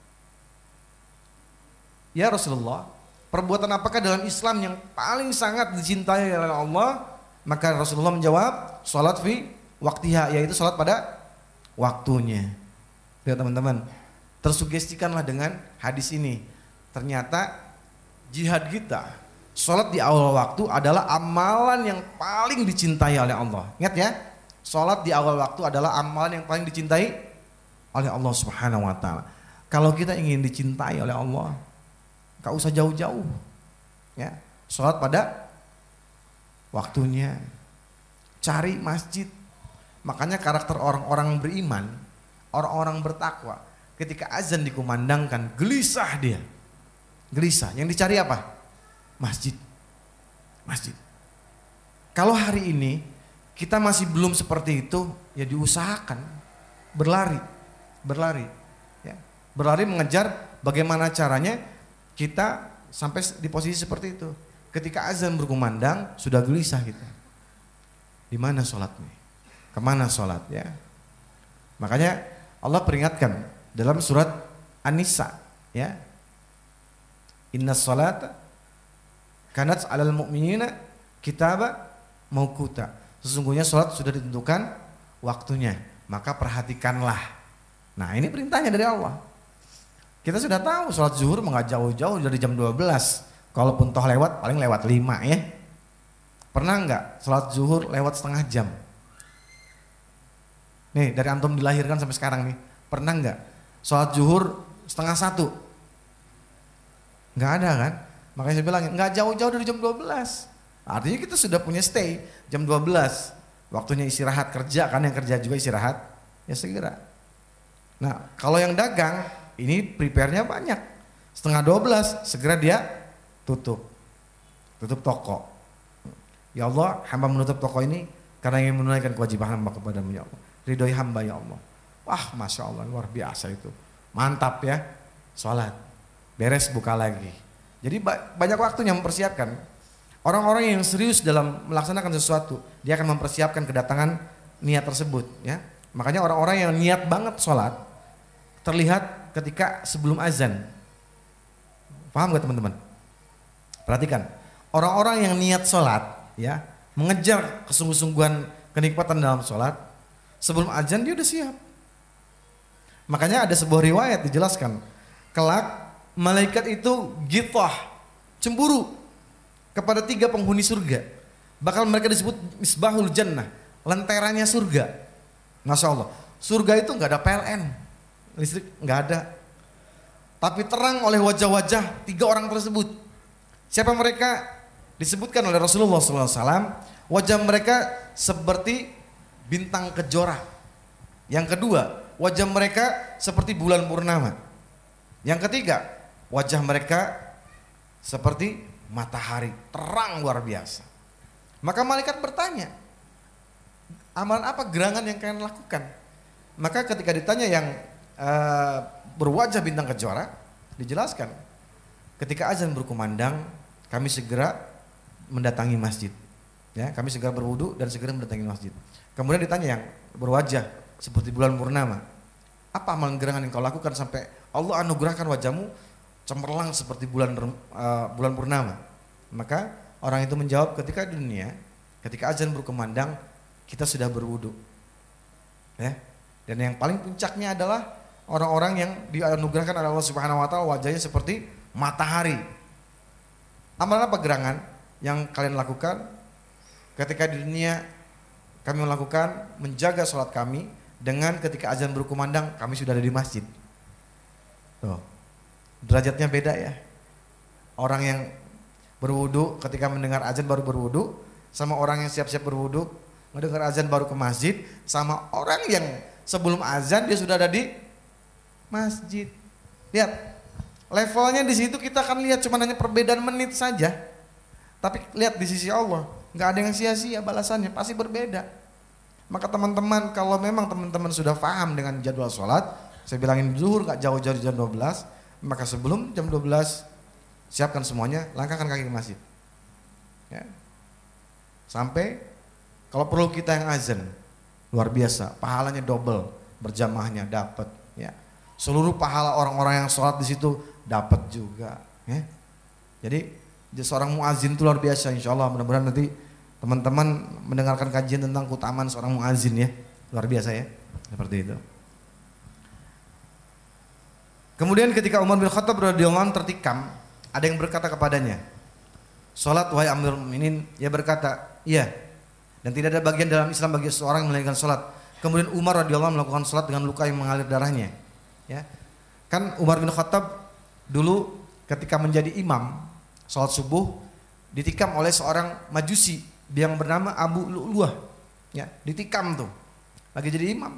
ya Rasulullah, perbuatan apakah dalam Islam yang paling sangat dicintai oleh Allah? Maka Rasulullah menjawab, salat fi waktiha, yaitu salat pada waktunya. Lihat teman-teman, tersugestikanlah dengan hadis ini. Ternyata jihad kita, salat di awal waktu adalah amalan yang paling dicintai oleh Allah. Ingat ya, salat di awal waktu adalah amalan yang paling dicintai oleh Allah Subhanahu wa taala. Kalau kita ingin dicintai oleh Allah, gak usah jauh-jauh. Ya, salat pada waktunya. Cari masjid. Makanya karakter orang-orang beriman, orang-orang bertakwa, ketika azan dikumandangkan, gelisah dia. Gelisah. Yang dicari apa? Masjid. Masjid. Kalau hari ini kita masih belum seperti itu, ya diusahakan berlari. Berlari. Ya. Berlari mengejar bagaimana caranya kita sampai di posisi seperti itu. Ketika azan berkumandang, sudah gelisah kita. Di mana sholatnya? Kemana sholat ya? Makanya Allah peringatkan dalam surat An-Nisa ya. Inna sholata kanat 'alal mu'minina kitaba mauquta. Sesungguhnya sholat sudah ditentukan waktunya, maka perhatikanlah. Nah, ini perintahnya dari Allah. Kita sudah tahu sholat zuhur nggak jauh-jauh dari jam 12. Kalaupun toh lewat, paling lewat 5 ya. Pernah nggak sholat zuhur lewat setengah jam? Nih dari antum dilahirkan sampai sekarang nih, pernah nggak sholat zuhur setengah 1? Nggak ada kan? Makanya saya bilang nggak jauh-jauh dari jam 12. Artinya kita sudah punya stay jam 12. Waktunya istirahat kerja kan, yang kerja juga istirahat, ya segera. Nah kalau yang dagang, ini prepare-nya banyak. Setengah 12 segera dia tutup toko. Ya Allah, hamba menutup toko ini karena ingin menunaikan kewajiban hamba kepadamu ya Allah. Ridhoi hamba ya Allah. Wah Masya Allah, luar biasa itu. Mantap ya, sholat. Beres buka lagi. Jadi banyak waktunya mempersiapkan. Orang-orang yang serius dalam melaksanakan sesuatu, dia akan mempersiapkan kedatangan niat tersebut ya. Makanya orang-orang yang niat banget sholat terlihat ketika sebelum azan. Paham gak teman-teman? Perhatikan, orang-orang yang niat sholat ya, mengejar kesungguh-sungguhan kenikmatan dalam sholat, sebelum azan dia udah siap. Makanya ada sebuah riwayat dijelaskan, kelak malaikat itu ghithah, cemburu kepada 3 penghuni surga. Bakal mereka disebut misbahul jannah, lenteranya surga. Masya Allah, surga itu nggak ada PLN, listrik nggak ada, tapi terang oleh wajah-wajah 3 orang tersebut. Siapa mereka? Disebutkan oleh Rasulullah SAW, wajah mereka seperti bintang kejora. Yang kedua, wajah mereka seperti bulan purnama. Yang ketiga, wajah mereka seperti matahari, terang luar biasa. Maka malaikat bertanya, amalan apa gerangan yang kalian lakukan? Maka ketika ditanya yang berwajah bintang kejora, dijelaskan, ketika azan berkumandang, kami segera mendatangi masjid. Ya, kami segera berwudu dan segera mendatangi masjid. Kemudian ditanya yang berwajah seperti bulan purnama, apa amalan gerangan yang kau lakukan sampai Allah anugerahkan wajahmu cemerlang seperti bulan purnama? Maka orang itu menjawab, ketika di dunia, ketika azan berkumandang, kita sudah berwudu. Ya. Dan yang paling puncaknya adalah orang-orang yang dianugerahkan oleh Allah Subhanahu wa taala wajahnya seperti matahari. Amalan apa gerangan yang kalian lakukan? Ketika di dunia kami melakukan menjaga sholat kami, dengan ketika azan berkumandang kami sudah ada di masjid. Tuh, derajatnya beda ya. Orang yang berwudu ketika mendengar azan baru berwudu, sama orang yang siap-siap berwudu mendengar azan baru ke masjid, sama orang yang sebelum azan dia sudah ada di masjid. Lihat, levelnya di situ kita akan lihat cuma hanya perbedaan menit saja. Tapi lihat di sisi Allah, nggak ada yang sia-sia balasannya, pasti berbeda. Maka teman-teman, kalau memang teman-teman sudah paham dengan jadwal sholat, saya bilangin zuhur nggak jauh-jauh jam 12, maka sebelum jam 12 siapkan semuanya, langkahkan kaki ke masjid. Ya. Sampai kalau perlu kita yang azan, luar biasa, pahalanya double, berjamaahnya dapat, ya. Seluruh pahala orang-orang yang sholat di situ dapat juga, ya. Jadi seorang muazin itu luar biasa, insya Allah. Mudah-mudahan nanti teman-teman mendengarkan kajian tentang keutamaan seorang muazin, ya, luar biasa, ya, seperti itu. Kemudian ketika Umar bin Khattab radhiyallahu anhu tertikam, ada yang berkata kepadanya, "Salat wahai Amirul Mukminin." Ia berkata, "Iya." Dan tidak ada bagian dalam Islam bagi seorang yang menunaikan salat. Kemudian Umar radhiyallahu anhu melakukan salat dengan luka yang mengalir darahnya. Ya. Kan Umar bin Khattab dulu ketika menjadi imam salat subuh ditikam oleh seorang majusi yang bernama Abu Lu'lu'ah. Ya, ditikam tuh. Lagi jadi imam.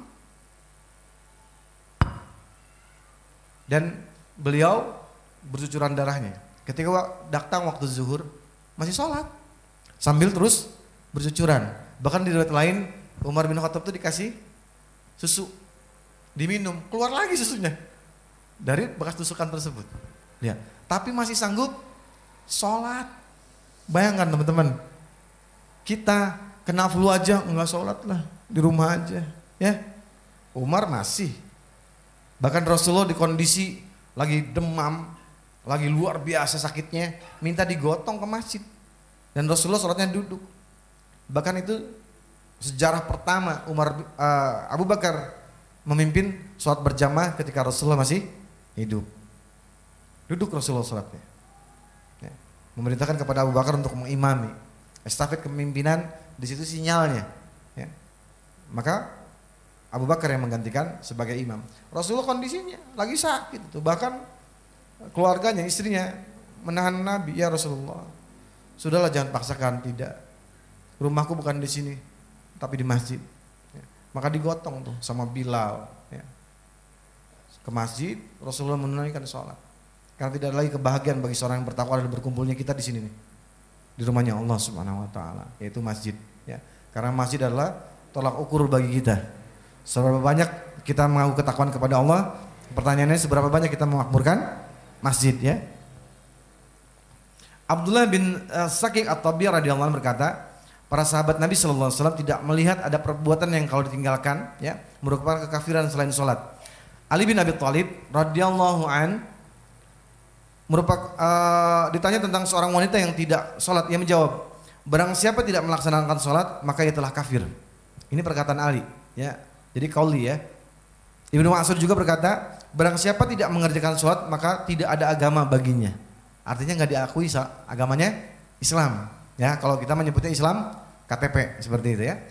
Dan beliau bercucuran darahnya. Ketika datang waktu zuhur masih sholat sambil terus bercucuran. Bahkan di riwayat lain Umar bin Khattab itu dikasih susu, diminum, keluar lagi susunya dari bekas tusukan tersebut. Ya, tapi masih sanggup sholat. Bayangkan teman-teman, kita kena flu aja enggak sholat lah, di rumah aja. Ya, Umar masih. Bahkan Rasulullah di kondisi lagi demam, lagi luar biasa sakitnya, minta digotong ke masjid. Dan Rasulullah sholatnya duduk. Bahkan itu sejarah pertama Abu Bakar memimpin sholat berjamaah ketika Rasulullah masih hidup. Duduk Rasulullah sholatnya. Ya. Memerintahkan kepada Abu Bakar untuk mengimami. Estafet kepemimpinan di situ sinyalnya. Ya. Maka Abu Bakar yang menggantikan sebagai imam. Rasulullah kondisinya lagi sakit itu, bahkan keluarganya, istrinya menahan Nabi, "Ya Rasulullah, sudahlah jangan paksakan, tidak. Rumahku bukan di sini, tapi di masjid." Ya. Maka digotong tuh sama Bilal, ya. Ke masjid, Rasulullah menunaikan sholat. Karena tidak ada lagi kebahagiaan bagi seorang yang bertakwa dan berkumpulnya kita di sini nih, di rumahnya Allah Subhanahu Wa Taala, yaitu masjid. Ya. Karena masjid adalah tolak ukur bagi kita. Seberapa banyak kita mengaku ketakwaan kepada Allah? Pertanyaannya seberapa banyak kita memakmurkan masjid, ya? Abdullah bin Sakik At-Tabi radhiyallahu anhu berkata, para sahabat Nabi sallallahu alaihi wasallam tidak melihat ada perbuatan yang kalau ditinggalkan, ya, merupakan kekafiran selain salat. Ali bin Abi Thalib radhiyallahu an ditanya tentang seorang wanita yang tidak salat, ia menjawab, "Barang siapa tidak melaksanakan salat, maka ia telah kafir." Ini perkataan Ali, ya. Jadi qauli, ya. Ibnu Mas'ud juga berkata, "Barang siapa tidak mengerjakan salat, maka tidak ada agama baginya." Artinya nggak diakui agamanya Islam. Ya, kalau kita menyebutnya Islam KTP seperti itu, ya.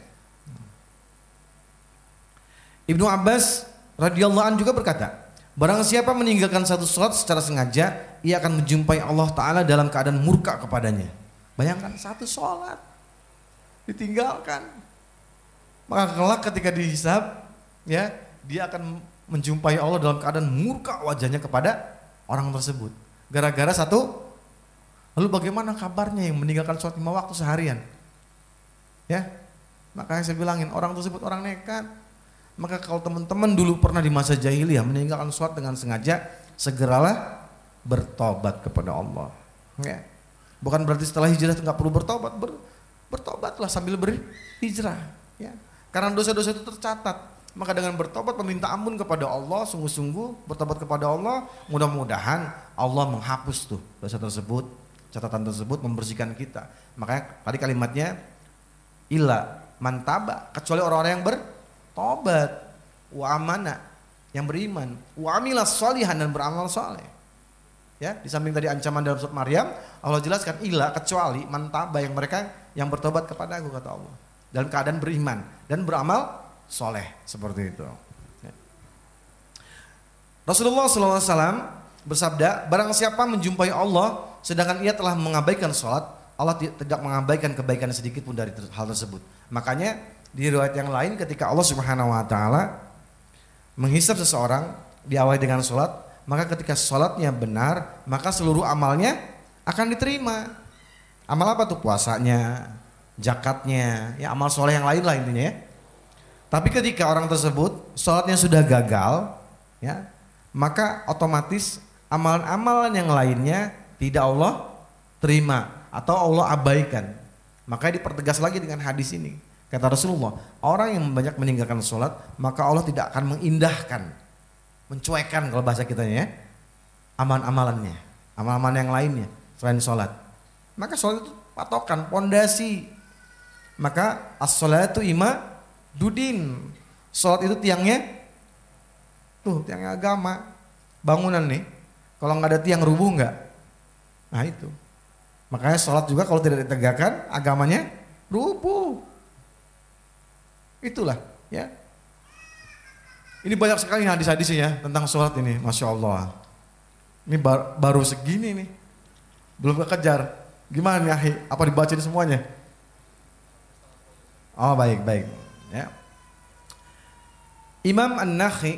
Ibnu Abbas radhiyallahu anhu juga berkata, barang siapa meninggalkan satu salat secara sengaja, ia akan menjumpai Allah Ta'ala dalam keadaan murka kepadanya. Bayangkan satu salat ditinggalkan, maka kelak ketika dihisab, ya, dia akan menjumpai Allah dalam keadaan murka wajahnya kepada orang tersebut. Gara-gara satu. Lalu bagaimana kabarnya yang meninggalkan sholat 5 waktu seharian? Ya, makanya saya bilangin orang tersebut orang nekat. Maka kalau teman-teman dulu pernah di masa jahiliyah meninggalkan sholat dengan sengaja, segeralah bertobat kepada Allah. Ya. Bukan berarti setelah hijrah nggak perlu bertobat, bertobatlah sambil berhijrah. Ya. Karena dosa-dosa itu tercatat. Maka dengan bertobat meminta ampun kepada Allah, sungguh-sungguh bertobat kepada Allah, mudah-mudahan Allah menghapus tuh dosa tersebut, catatan tersebut, membersihkan kita. Makanya tadi kalimatnya illa mantaba, kecuali orang-orang yang bertobat, wa amana, yang beriman, wa amilas sholihan, dan beramal soleh. Ya, di samping tadi ancaman dalam surat Maryam, Allah jelaskan illa, kecuali mantaba, yang mereka yang bertobat kepada Aku, kata Allah, dalam keadaan beriman dan beramal soleh, seperti itu. Ya. Rasulullah SAW bersabda, barang siapa menjumpai Allah sedangkan ia telah mengabaikan sholat, Allah tidak mengabaikan kebaikan sedikit pun dari hal tersebut. Makanya di riwayat yang lain ketika Allah Subhanahu Wa Taala menghisab seseorang diawali dengan sholat, maka ketika sholatnya benar, maka seluruh amalnya akan diterima. Amal apa tuh? Puasanya, zakatnya, ya amal soleh yang lain lah intinya, ya. Tapi ketika orang tersebut sholatnya sudah gagal, ya, maka otomatis amalan-amalan yang lainnya tidak Allah terima atau Allah abaikan. Makanya dipertegas lagi dengan hadis ini. Kata Rasulullah, orang yang banyak meninggalkan sholat, maka Allah tidak akan mengindahkan, mencuekkan kalau bahasa kitanya ya, amalan-amalannya, amalan-amalan yang lainnya selain sholat. Maka sholat itu patokan, pondasi. Maka as-sholatu imadudin. Sholat itu tiangnya, tuh tiangnya agama. Bangunan nih, kalau nggak ada tiang rubuh nggak? Nah itu. Makanya sholat juga kalau tidak ditegakkan, agamanya rubuh. Itulah ya. Ini banyak sekali hadis-hadisnya tentang sholat ini, Masya Allah. Ini baru segini nih, belum kekejar. Gimana nih Ahi? Apa dibacain semuanya? Oh baik ya. Imam An-Nakhi,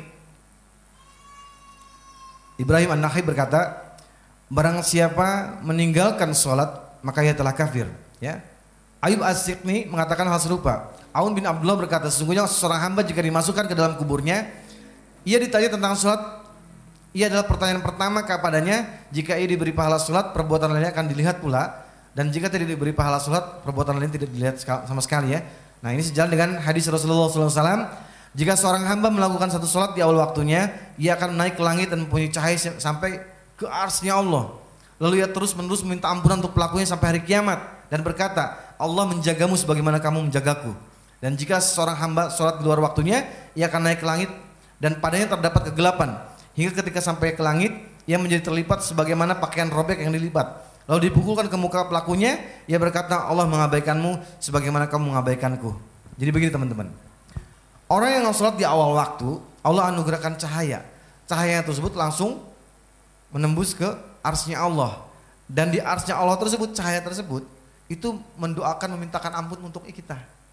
Ibrahim An-Nakhi berkata, barang siapa meninggalkan sholat maka ia telah kafir. Ya. Ayub As-Siqni mengatakan hal serupa. Aun bin Abdullah berkata, sesungguhnya seorang hamba jika dimasukkan ke dalam kuburnya, ia ditanya tentang sholat, ia adalah pertanyaan pertama kepadanya. Jika ia diberi pahala sholat, perbuatan lainnya akan dilihat pula. Dan jika tidak diberi pahala sholat, perbuatan lain tidak dilihat sama sekali ya. Nah ini sejalan dengan hadis Rasulullah SAW. Jika seorang hamba melakukan satu sholat di awal waktunya, ia akan naik ke langit dan mempunyai cahaya sampai ke arsy-Nya Allah. Lalu ia terus menerus meminta ampunan untuk pelakunya sampai hari kiamat. Dan berkata, Allah menjagamu sebagaimana kamu menjagaku. Dan jika seorang hamba sholat di luar waktunya, ia akan naik ke langit dan padanya terdapat kegelapan. Hingga ketika sampai ke langit, ia menjadi terlipat sebagaimana pakaian robek yang dilipat. Lalu dipukulkan ke muka pelakunya, ia berkata, Allah mengabaikanmu sebagaimana kamu mengabaikanku. Jadi begini teman-teman, orang yang sholat di awal waktu, Allah anugerahkan cahaya. Cahaya tersebut langsung menembus ke arsy-Nya Allah. Dan di arsy-Nya Allah tersebut, cahaya tersebut, itu mendoakan, memintakan ampun untuk kita.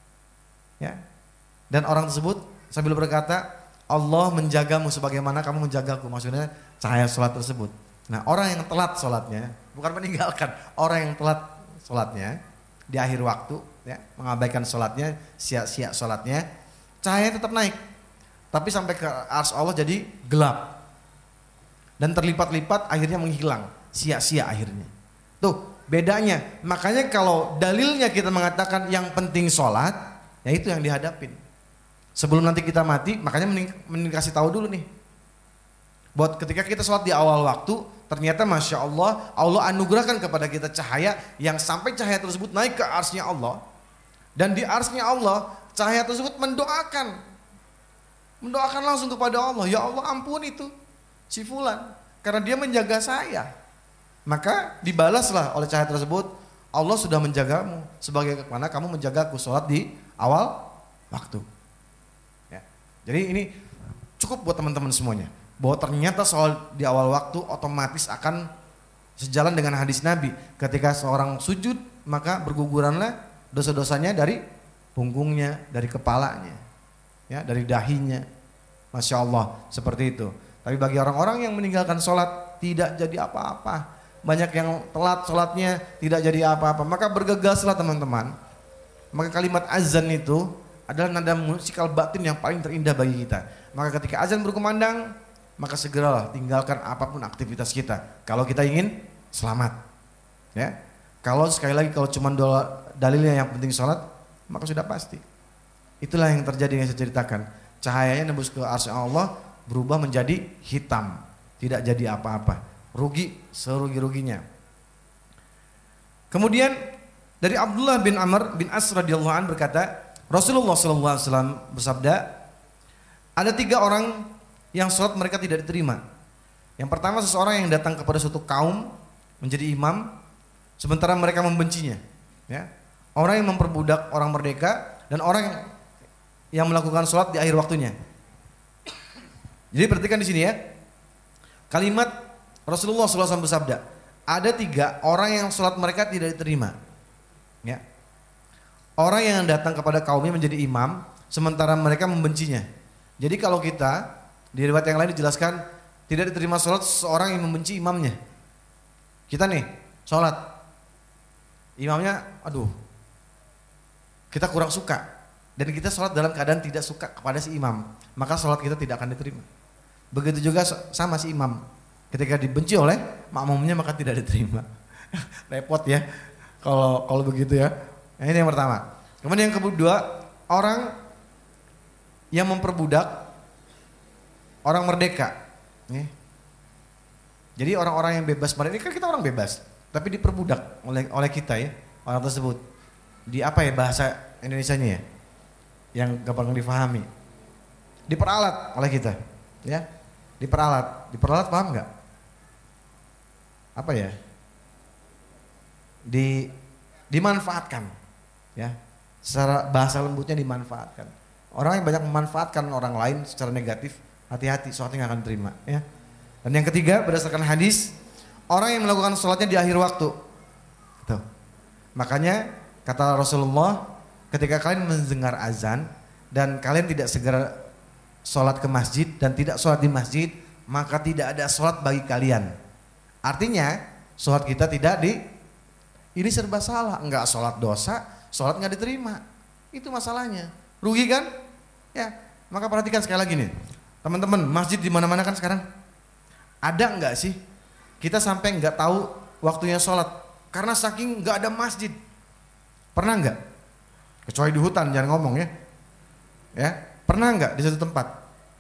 Ya. Dan orang tersebut sambil berkata, Allah menjagamu sebagaimana kamu menjagaku. Maksudnya cahaya sholat tersebut. Nah orang yang telat sholatnya, bukan meninggalkan, orang yang telat sholatnya di akhir waktu, ya, mengabaikan sholatnya, sia-sia sholatnya, cahaya tetap naik, tapi sampai ke arsy Allah jadi gelap dan terlipat-lipat, akhirnya menghilang, sia-sia akhirnya. Tuh bedanya. Makanya kalau dalilnya kita mengatakan yang penting sholat, ya itu yang dihadapin. Sebelum nanti kita mati, makanya mending kasih tahu dulu nih. Buat ketika kita sholat di awal waktu, ternyata Masya Allah, Allah anugerahkan kepada kita cahaya yang sampai cahaya tersebut naik ke arsy-Nya Allah. Dan di arsy-Nya Allah, cahaya tersebut mendoakan langsung kepada Allah. Ya Allah ampun itu si fulan, karena dia menjaga saya. Maka dibalaslah oleh cahaya tersebut, Allah sudah menjagamu sebagaimana kamu menjagaku sholat di awal waktu. Ya. Jadi ini cukup buat teman-teman semuanya, bahwa ternyata sholat di awal waktu otomatis akan sejalan dengan hadis Nabi. Ketika seorang sujud, maka berguguranlah dosa-dosanya dari punggungnya, dari kepalanya, ya, dari dahinya. Masya Allah, seperti itu. Tapi bagi orang-orang yang meninggalkan sholat, tidak jadi apa-apa. Banyak yang telat sholatnya, tidak jadi apa-apa. Maka bergegaslah teman-teman. Maka kalimat azan itu adalah nada musikal batin yang paling terindah bagi kita. Maka ketika azan berkumandang, maka segeralah tinggalkan apapun aktivitas kita kalau kita ingin selamat. Ya. Kalau sekali lagi kalau cuma dalilnya yang penting sholat, maka sudah pasti. Itulah yang terjadi yang saya ceritakan. Cahayanya nembus ke arsy Allah, berubah menjadi hitam, tidak jadi apa-apa. Rugi serugi-ruginya. Kemudian dari Abdullah bin Amr bin As radhiyallahu anhu berkata, Rasulullah SAW bersabda, ada 3 orang yang sholat mereka tidak diterima. Yang pertama, seseorang yang datang kepada suatu kaum menjadi imam, sementara mereka membencinya. Ya. Orang yang memperbudak orang merdeka dan orang yang melakukan sholat di akhir waktunya. Jadi perhatikan di sini ya, kalimat Rasulullah SAW bersabda, ada 3 orang yang sholat mereka tidak diterima. Ya. Orang yang datang kepada kaumnya menjadi imam, sementara mereka membencinya. Jadi kalau kita, di riwayat yang lain dijelaskan, tidak diterima sholat seseorang yang membenci imamnya. Kita nih, sholat, imamnya, aduh, kita kurang suka. Dan kita sholat dalam keadaan tidak suka kepada si imam, maka sholat kita tidak akan diterima. Begitu juga sama si imam. Ketika dibenci oleh makmumnya maka tidak diterima. Repot ya kalau begitu ya. Nah, ini yang pertama. Kemudian yang kedua, orang yang memperbudak orang merdeka. Ya. Jadi orang-orang yang bebas merdeka, ini kan kita orang bebas, tapi diperbudak oleh kita ya, orang tersebut. Di apa ya bahasa Indonesianya ya, yang gampang difahami. Diperalat oleh kita, ya. Diperalat paham nggak? Apa ya? Dimanfaatkan, ya. Secara bahasa lembutnya dimanfaatkan. Orang yang banyak memanfaatkan orang lain secara negatif, hati-hati, sholatnya nggak akan diterima, ya. Dan yang ketiga berdasarkan hadis, orang yang melakukan sholatnya di akhir waktu. Tuh. Makanya kata Rasulullah, ketika kalian mendengar azan dan kalian tidak segera sholat ke masjid dan tidak sholat di masjid, maka tidak ada sholat bagi kalian. Artinya sholat kita tidak ini serba salah, enggak sholat dosa, sholat nggak diterima. Itu masalahnya. Rugi kan? Ya. Maka perhatikan sekali lagi nih, teman-teman, masjid di mana-mana kan sekarang. Ada enggak sih kita sampai enggak tahu waktunya sholat karena saking enggak ada masjid? Pernah enggak? Kecuali di hutan, jangan ngomong ya. Ya, pernah enggak di satu tempat?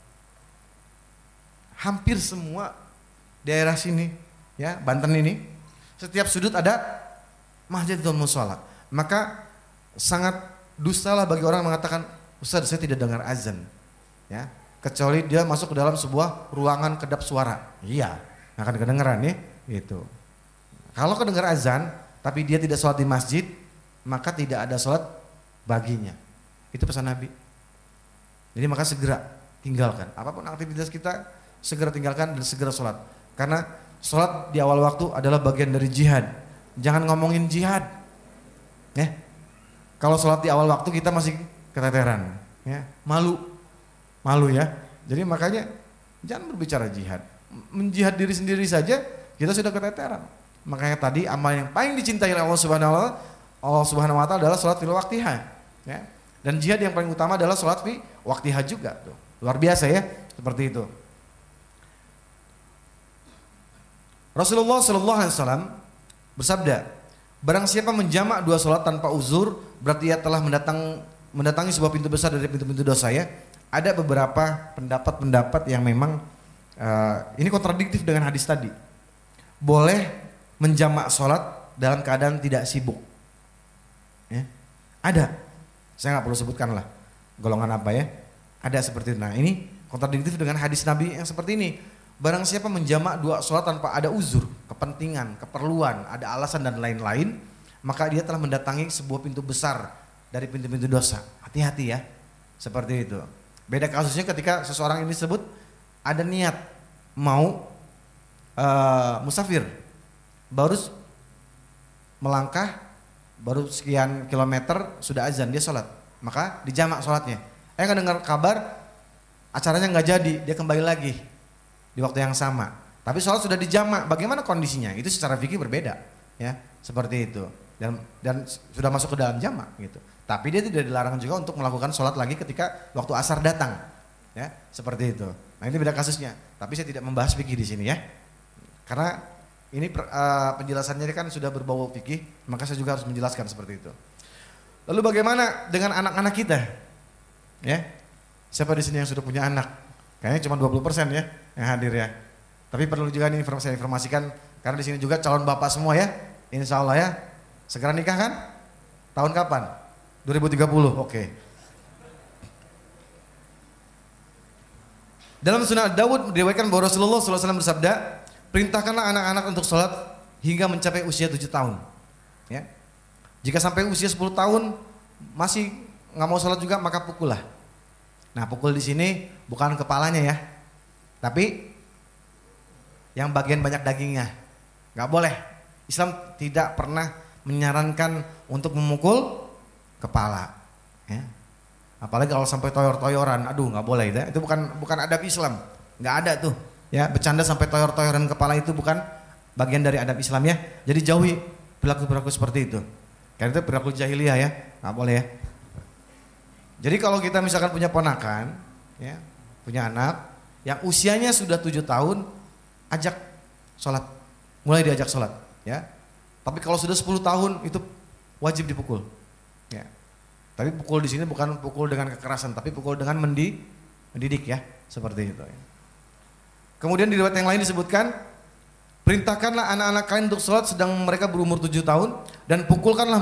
Hampir semua daerah sini, ya, Banten ini, setiap sudut ada masjid dan mushola. Maka sangat dustalah bagi orang mengatakan, Ustaz, saya tidak dengar azan. Ya. Kecuali dia masuk ke dalam sebuah ruangan kedap suara. Iya, nggak akan kedengeran nih, gitu. Kalau kedengar azan, tapi dia tidak sholat di masjid, maka tidak ada sholat baginya. Itu pesan Nabi. Jadi maka segera tinggalkan. Apapun aktivitas kita, segera tinggalkan dan segera sholat. Karena sholat di awal waktu adalah bagian dari jihad. Jangan ngomongin jihad. Ya. Kalau sholat di awal waktu kita masih keteteran. Ya. Malu ya. Jadi makanya jangan berbicara jihad. Menjihad diri sendiri saja kita sudah keteteran. Makanya tadi amal yang paling dicintai oleh Allah Subhanahu wa taala adalah salat fil waqtiha, ya. Dan jihad yang paling utama adalah salat fi waqtiha juga tuh. Luar biasa ya, seperti itu. Rasulullah sallallahu alaihi wasallam bersabda, barang siapa menjamak dua salat tanpa uzur, berarti ia telah mendatangi sebuah pintu besar dari pintu-pintu dosa ya. Ada beberapa pendapat yang memang ini kontradiktif dengan hadis tadi. Boleh menjamak sholat dalam keadaan tidak sibuk. Ya. Ada. Saya nggak perlu sebutkan lah golongan apa ya. Ada seperti itu. Nah ini kontradiktif dengan hadis Nabi yang seperti ini. Barang siapa menjamak dua sholat tanpa ada uzur, kepentingan, keperluan, ada alasan dan lain-lain, maka dia telah mendatangi sebuah pintu besar dari pintu-pintu dosa. Hati-hati ya. Seperti itu. Beda kasusnya ketika seseorang ini sebut ada niat mau musafir, baru melangkah, baru sekian kilometer sudah azan dia sholat, maka dijamak sholatnya. Nggak dengar kabar acaranya nggak jadi, dia kembali lagi di waktu yang sama. Tapi sholat sudah dijamak, bagaimana kondisinya? Itu secara fikih berbeda, ya seperti itu. Dan sudah masuk ke dalam jamak gitu. Tapi dia tidak dilarang juga untuk melakukan sholat lagi ketika waktu asar datang, ya seperti itu. Nah ini beda kasusnya. Tapi saya tidak membahas fikih di sini ya, karena ini penjelasannya kan sudah berbau fikih, maka saya juga harus menjelaskan seperti itu. Lalu bagaimana dengan anak-anak kita? Ya, siapa di sini yang sudah punya anak? Kayaknya cuma 20% ya yang hadir ya. Tapi perlu juga nih saya informasikan, karena di sini juga calon bapak semua ya, insya Allah ya. Segera nikah kan? Tahun kapan? 2030, oke. Dalam sunnah Daud diriwayatkan bahwa Rasulullah SAW bersabda, perintahkanlah anak-anak untuk sholat hingga mencapai usia 7 tahun. Ya. Jika sampai usia 10 tahun masih nggak mau sholat juga, maka pukullah. Nah pukul di sini bukan kepalanya ya, tapi yang bagian banyak dagingnya. Nggak boleh. Islam tidak pernah menyarankan untuk memukul kepala, ya. Apalagi kalau sampai toyor-toyoran, aduh nggak boleh itu bukan adab Islam, nggak ada tuh, ya bercanda sampai toyor-toyoran kepala itu bukan bagian dari adab Islam ya. Jadi jauhi perilaku-perilaku seperti itu, karena itu perilaku jahiliyah ya, nggak boleh ya. Jadi kalau kita misalkan punya ponakan, ya punya anak yang usianya sudah 7 tahun, ajak sholat, mulai diajak sholat, ya. Tapi kalau sudah 10 tahun itu wajib dipukul. Ya. Tapi pukul di sini bukan pukul dengan kekerasan, tapi pukul dengan mendidik ya, seperti itu. Kemudian di riwayat yang lain disebutkan, perintahkanlah anak-anak kalian untuk sholat sedang mereka berumur 7 tahun dan pukullah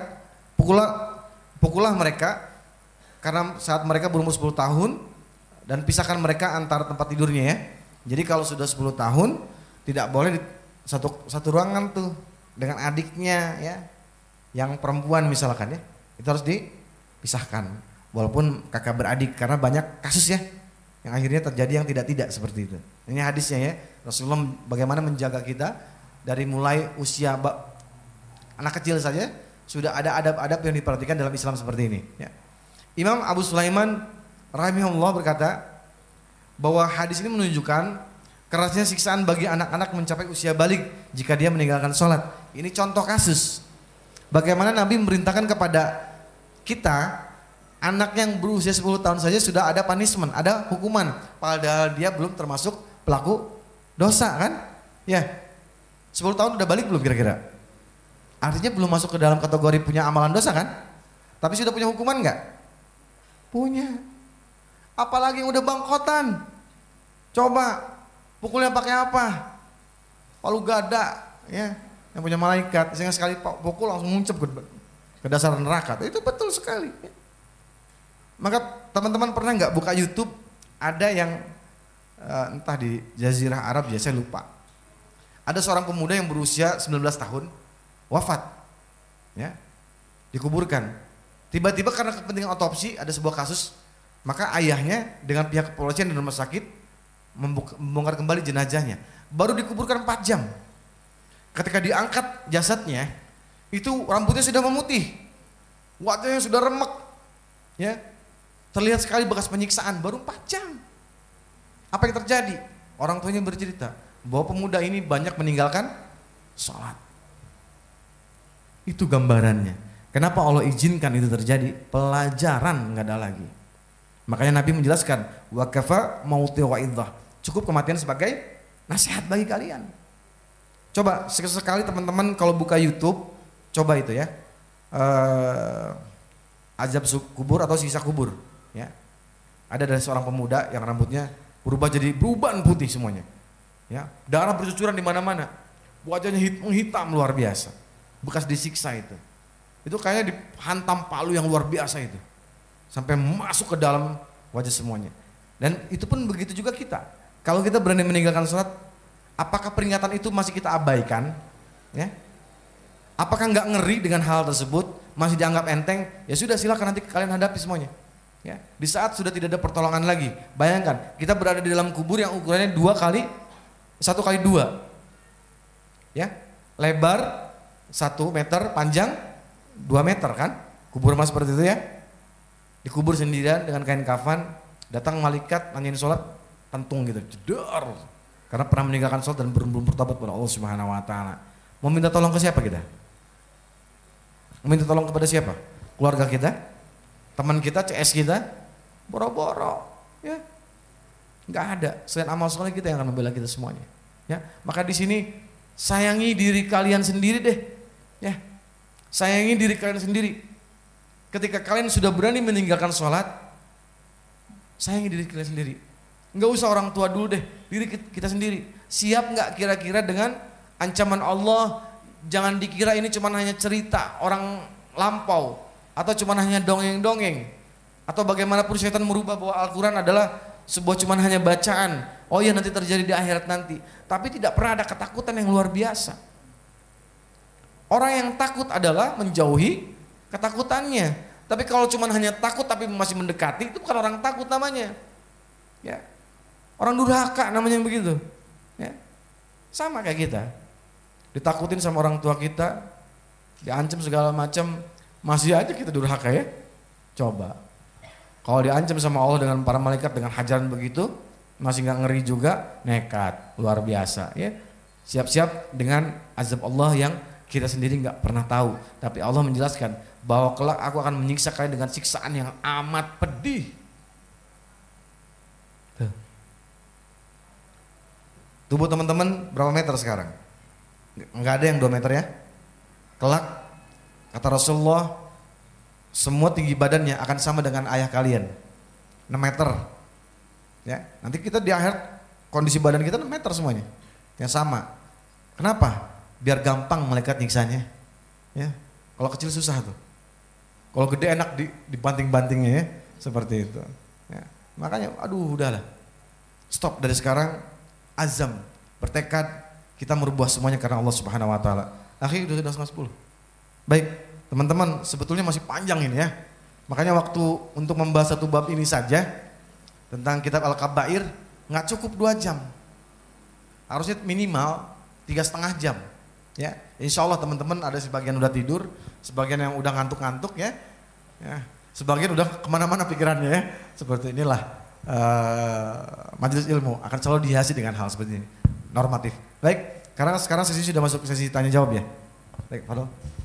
mereka karena saat mereka berumur 10 tahun dan pisahkan mereka antara tempat tidurnya ya. Jadi kalau sudah 10 tahun tidak boleh di satu ruangan tuh dengan adiknya ya, yang perempuan misalkan ya, itu harus dipisahkan walaupun kakak beradik, karena banyak kasus ya yang akhirnya terjadi yang tidak seperti itu. Ini hadisnya ya, Rasulullah bagaimana menjaga kita dari mulai usia anak kecil saja sudah ada adab-adab yang diperhatikan dalam Islam seperti ini ya. Imam Abu Sulaiman rahimahullah berkata bahwa hadis ini menunjukkan kerasnya siksaan bagi anak-anak mencapai usia balik jika dia meninggalkan sholat. Ini contoh kasus bagaimana Nabi memerintahkan kepada kita, anak yang berusia 10 tahun saja sudah ada punishment, ada hukuman, padahal dia belum termasuk pelaku dosa kan? Ya, 10 tahun udah balik belum kira-kira? Artinya belum masuk ke dalam kategori punya amalan dosa kan? Tapi sudah punya hukuman nggak? Punya. Apalagi yang udah bangkotan. Coba pukulnya pakai apa? Palu gada, ya, yang punya malaikat, sehingga sekali pukul langsung muncul ke dasar neraka. Itu betul sekali. Maka teman-teman pernah nggak buka YouTube, ada yang entah di Jazirah Arab ya, saya lupa. Ada seorang pemuda yang berusia 19 tahun wafat, ya, dikuburkan. Tiba-tiba karena kepentingan otopsi ada sebuah kasus, maka ayahnya dengan pihak kepolisian dan rumah sakit membongkar kembali jenazahnya. Baru dikuburkan 4 jam. Ketika diangkat jasadnya, itu rambutnya sudah memutih, wajahnya sudah remek, ya, terlihat sekali bekas penyiksaan. Baru 4 jam. Apa yang terjadi? Orang tuanya bercerita bahwa pemuda ini banyak meninggalkan sholat. Itu gambarannya. Kenapa Allah izinkan itu terjadi? Pelajaran, nggak ada lagi. Makanya Nabi menjelaskan, wa kafa mauti wa'idhah. Cukup kematian sebagai nasihat bagi kalian. Coba sekali teman-teman kalau buka YouTube, coba itu ya, azab kubur atau siksa kubur. Ya, ada dari seorang pemuda yang rambutnya berubah jadi beruban putih semuanya. Ya, darah bercucuran di mana-mana, wajahnya hitam luar biasa, bekas disiksa itu. Itu kayaknya dihantam palu yang luar biasa itu, sampai masuk ke dalam wajah semuanya. Dan itu pun begitu juga kita. Kalau kita berani meninggalkan sholat, apakah peringatan itu masih kita abaikan? Ya, apakah nggak ngeri dengan hal tersebut? Masih dianggap enteng? Ya sudah, silakan nanti kalian hadapi semuanya. Ya, di saat sudah tidak ada pertolongan lagi, bayangkan kita berada di dalam kubur yang ukurannya 1 kali 2, ya, lebar 1 meter, panjang 2 meter kan? Kubur mas seperti itu ya. Dikubur sendirian dengan kain kafan, datang malaikat nanyain sholat, tentung gitu, jedar, karena pernah meninggalkan sholat dan belum bertobat kepada Allah Subhanahu Wa Taala. Mau minta tolong ke siapa kita? Minta tolong kepada siapa? Keluarga kita, teman kita, CS kita, boro-boro, ya, nggak ada. Selain amal soleh kita yang akan membela kita semuanya. Ya, maka di sini sayangi diri kalian sendiri deh, ya, sayangi diri kalian sendiri. Ketika kalian sudah berani meninggalkan sholat, sayangi diri kalian sendiri. Nggak usah orang tua dulu deh, diri kita sendiri. Siap nggak kira-kira dengan ancaman Allah? Jangan dikira ini cuma hanya cerita orang lampau, atau cuma hanya dongeng-dongeng, atau bagaimanapun syaitan merubah bahwa Al-Quran adalah sebuah cuma hanya bacaan. Oh iya, nanti terjadi di akhirat nanti. Tapi tidak pernah ada ketakutan yang luar biasa. Orang yang takut adalah menjauhi ketakutannya. Tapi kalau cuma hanya takut tapi masih mendekati, itu bukan orang takut namanya. Ya, orang durhaka namanya begitu. Ya, sama kayak kita. Ditakutin sama orang tua kita, diancam segala macam, masih aja kita durhaka ya. Coba, kalau diancam sama Allah dengan para malaikat dengan hajaran begitu, masih nggak ngeri juga, nekat, luar biasa ya. Siap-siap dengan azab Allah yang kita sendiri nggak pernah tahu. Tapi Allah menjelaskan bahwa kelak aku akan menyiksa kalian dengan siksaan yang amat pedih. Tubuh teman-teman berapa meter sekarang? Nggak ada yang 2 meter ya. Kelak kata Rasulullah, semua tinggi badannya akan sama dengan ayah kalian, 6 meter. Ya, nanti kita di akhir kondisi badan kita 6 meter semuanya, yang sama. Kenapa? Biar gampang malaikat nyiksanya. Ya, kalau kecil susah tuh. Kalau gede enak dibanting-bantingnya ya, seperti itu. Ya, makanya, aduh udahlah, stop dari sekarang, azam, bertekad kita merubah semuanya karena Allah Subhanahu Wa Taala. Akhirnya udah 10. Baik, teman-teman, sebetulnya masih panjang ini ya. Makanya waktu untuk membahas satu bab ini saja tentang kitab Al-Kabair nggak cukup 2 jam. Harusnya minimal 3,5 jam. Ya, insya Allah teman-teman ada sebagian udah tidur, sebagian yang udah ngantuk-ngantuk ya, sebagian udah kemana-mana pikirannya ya. Seperti inilah majelis ilmu akan selalu dihiasi dengan hal seperti ini, normatif. Baik, karena sekarang sesi sudah masuk sesi tanya jawab ya. Baik, Fadol.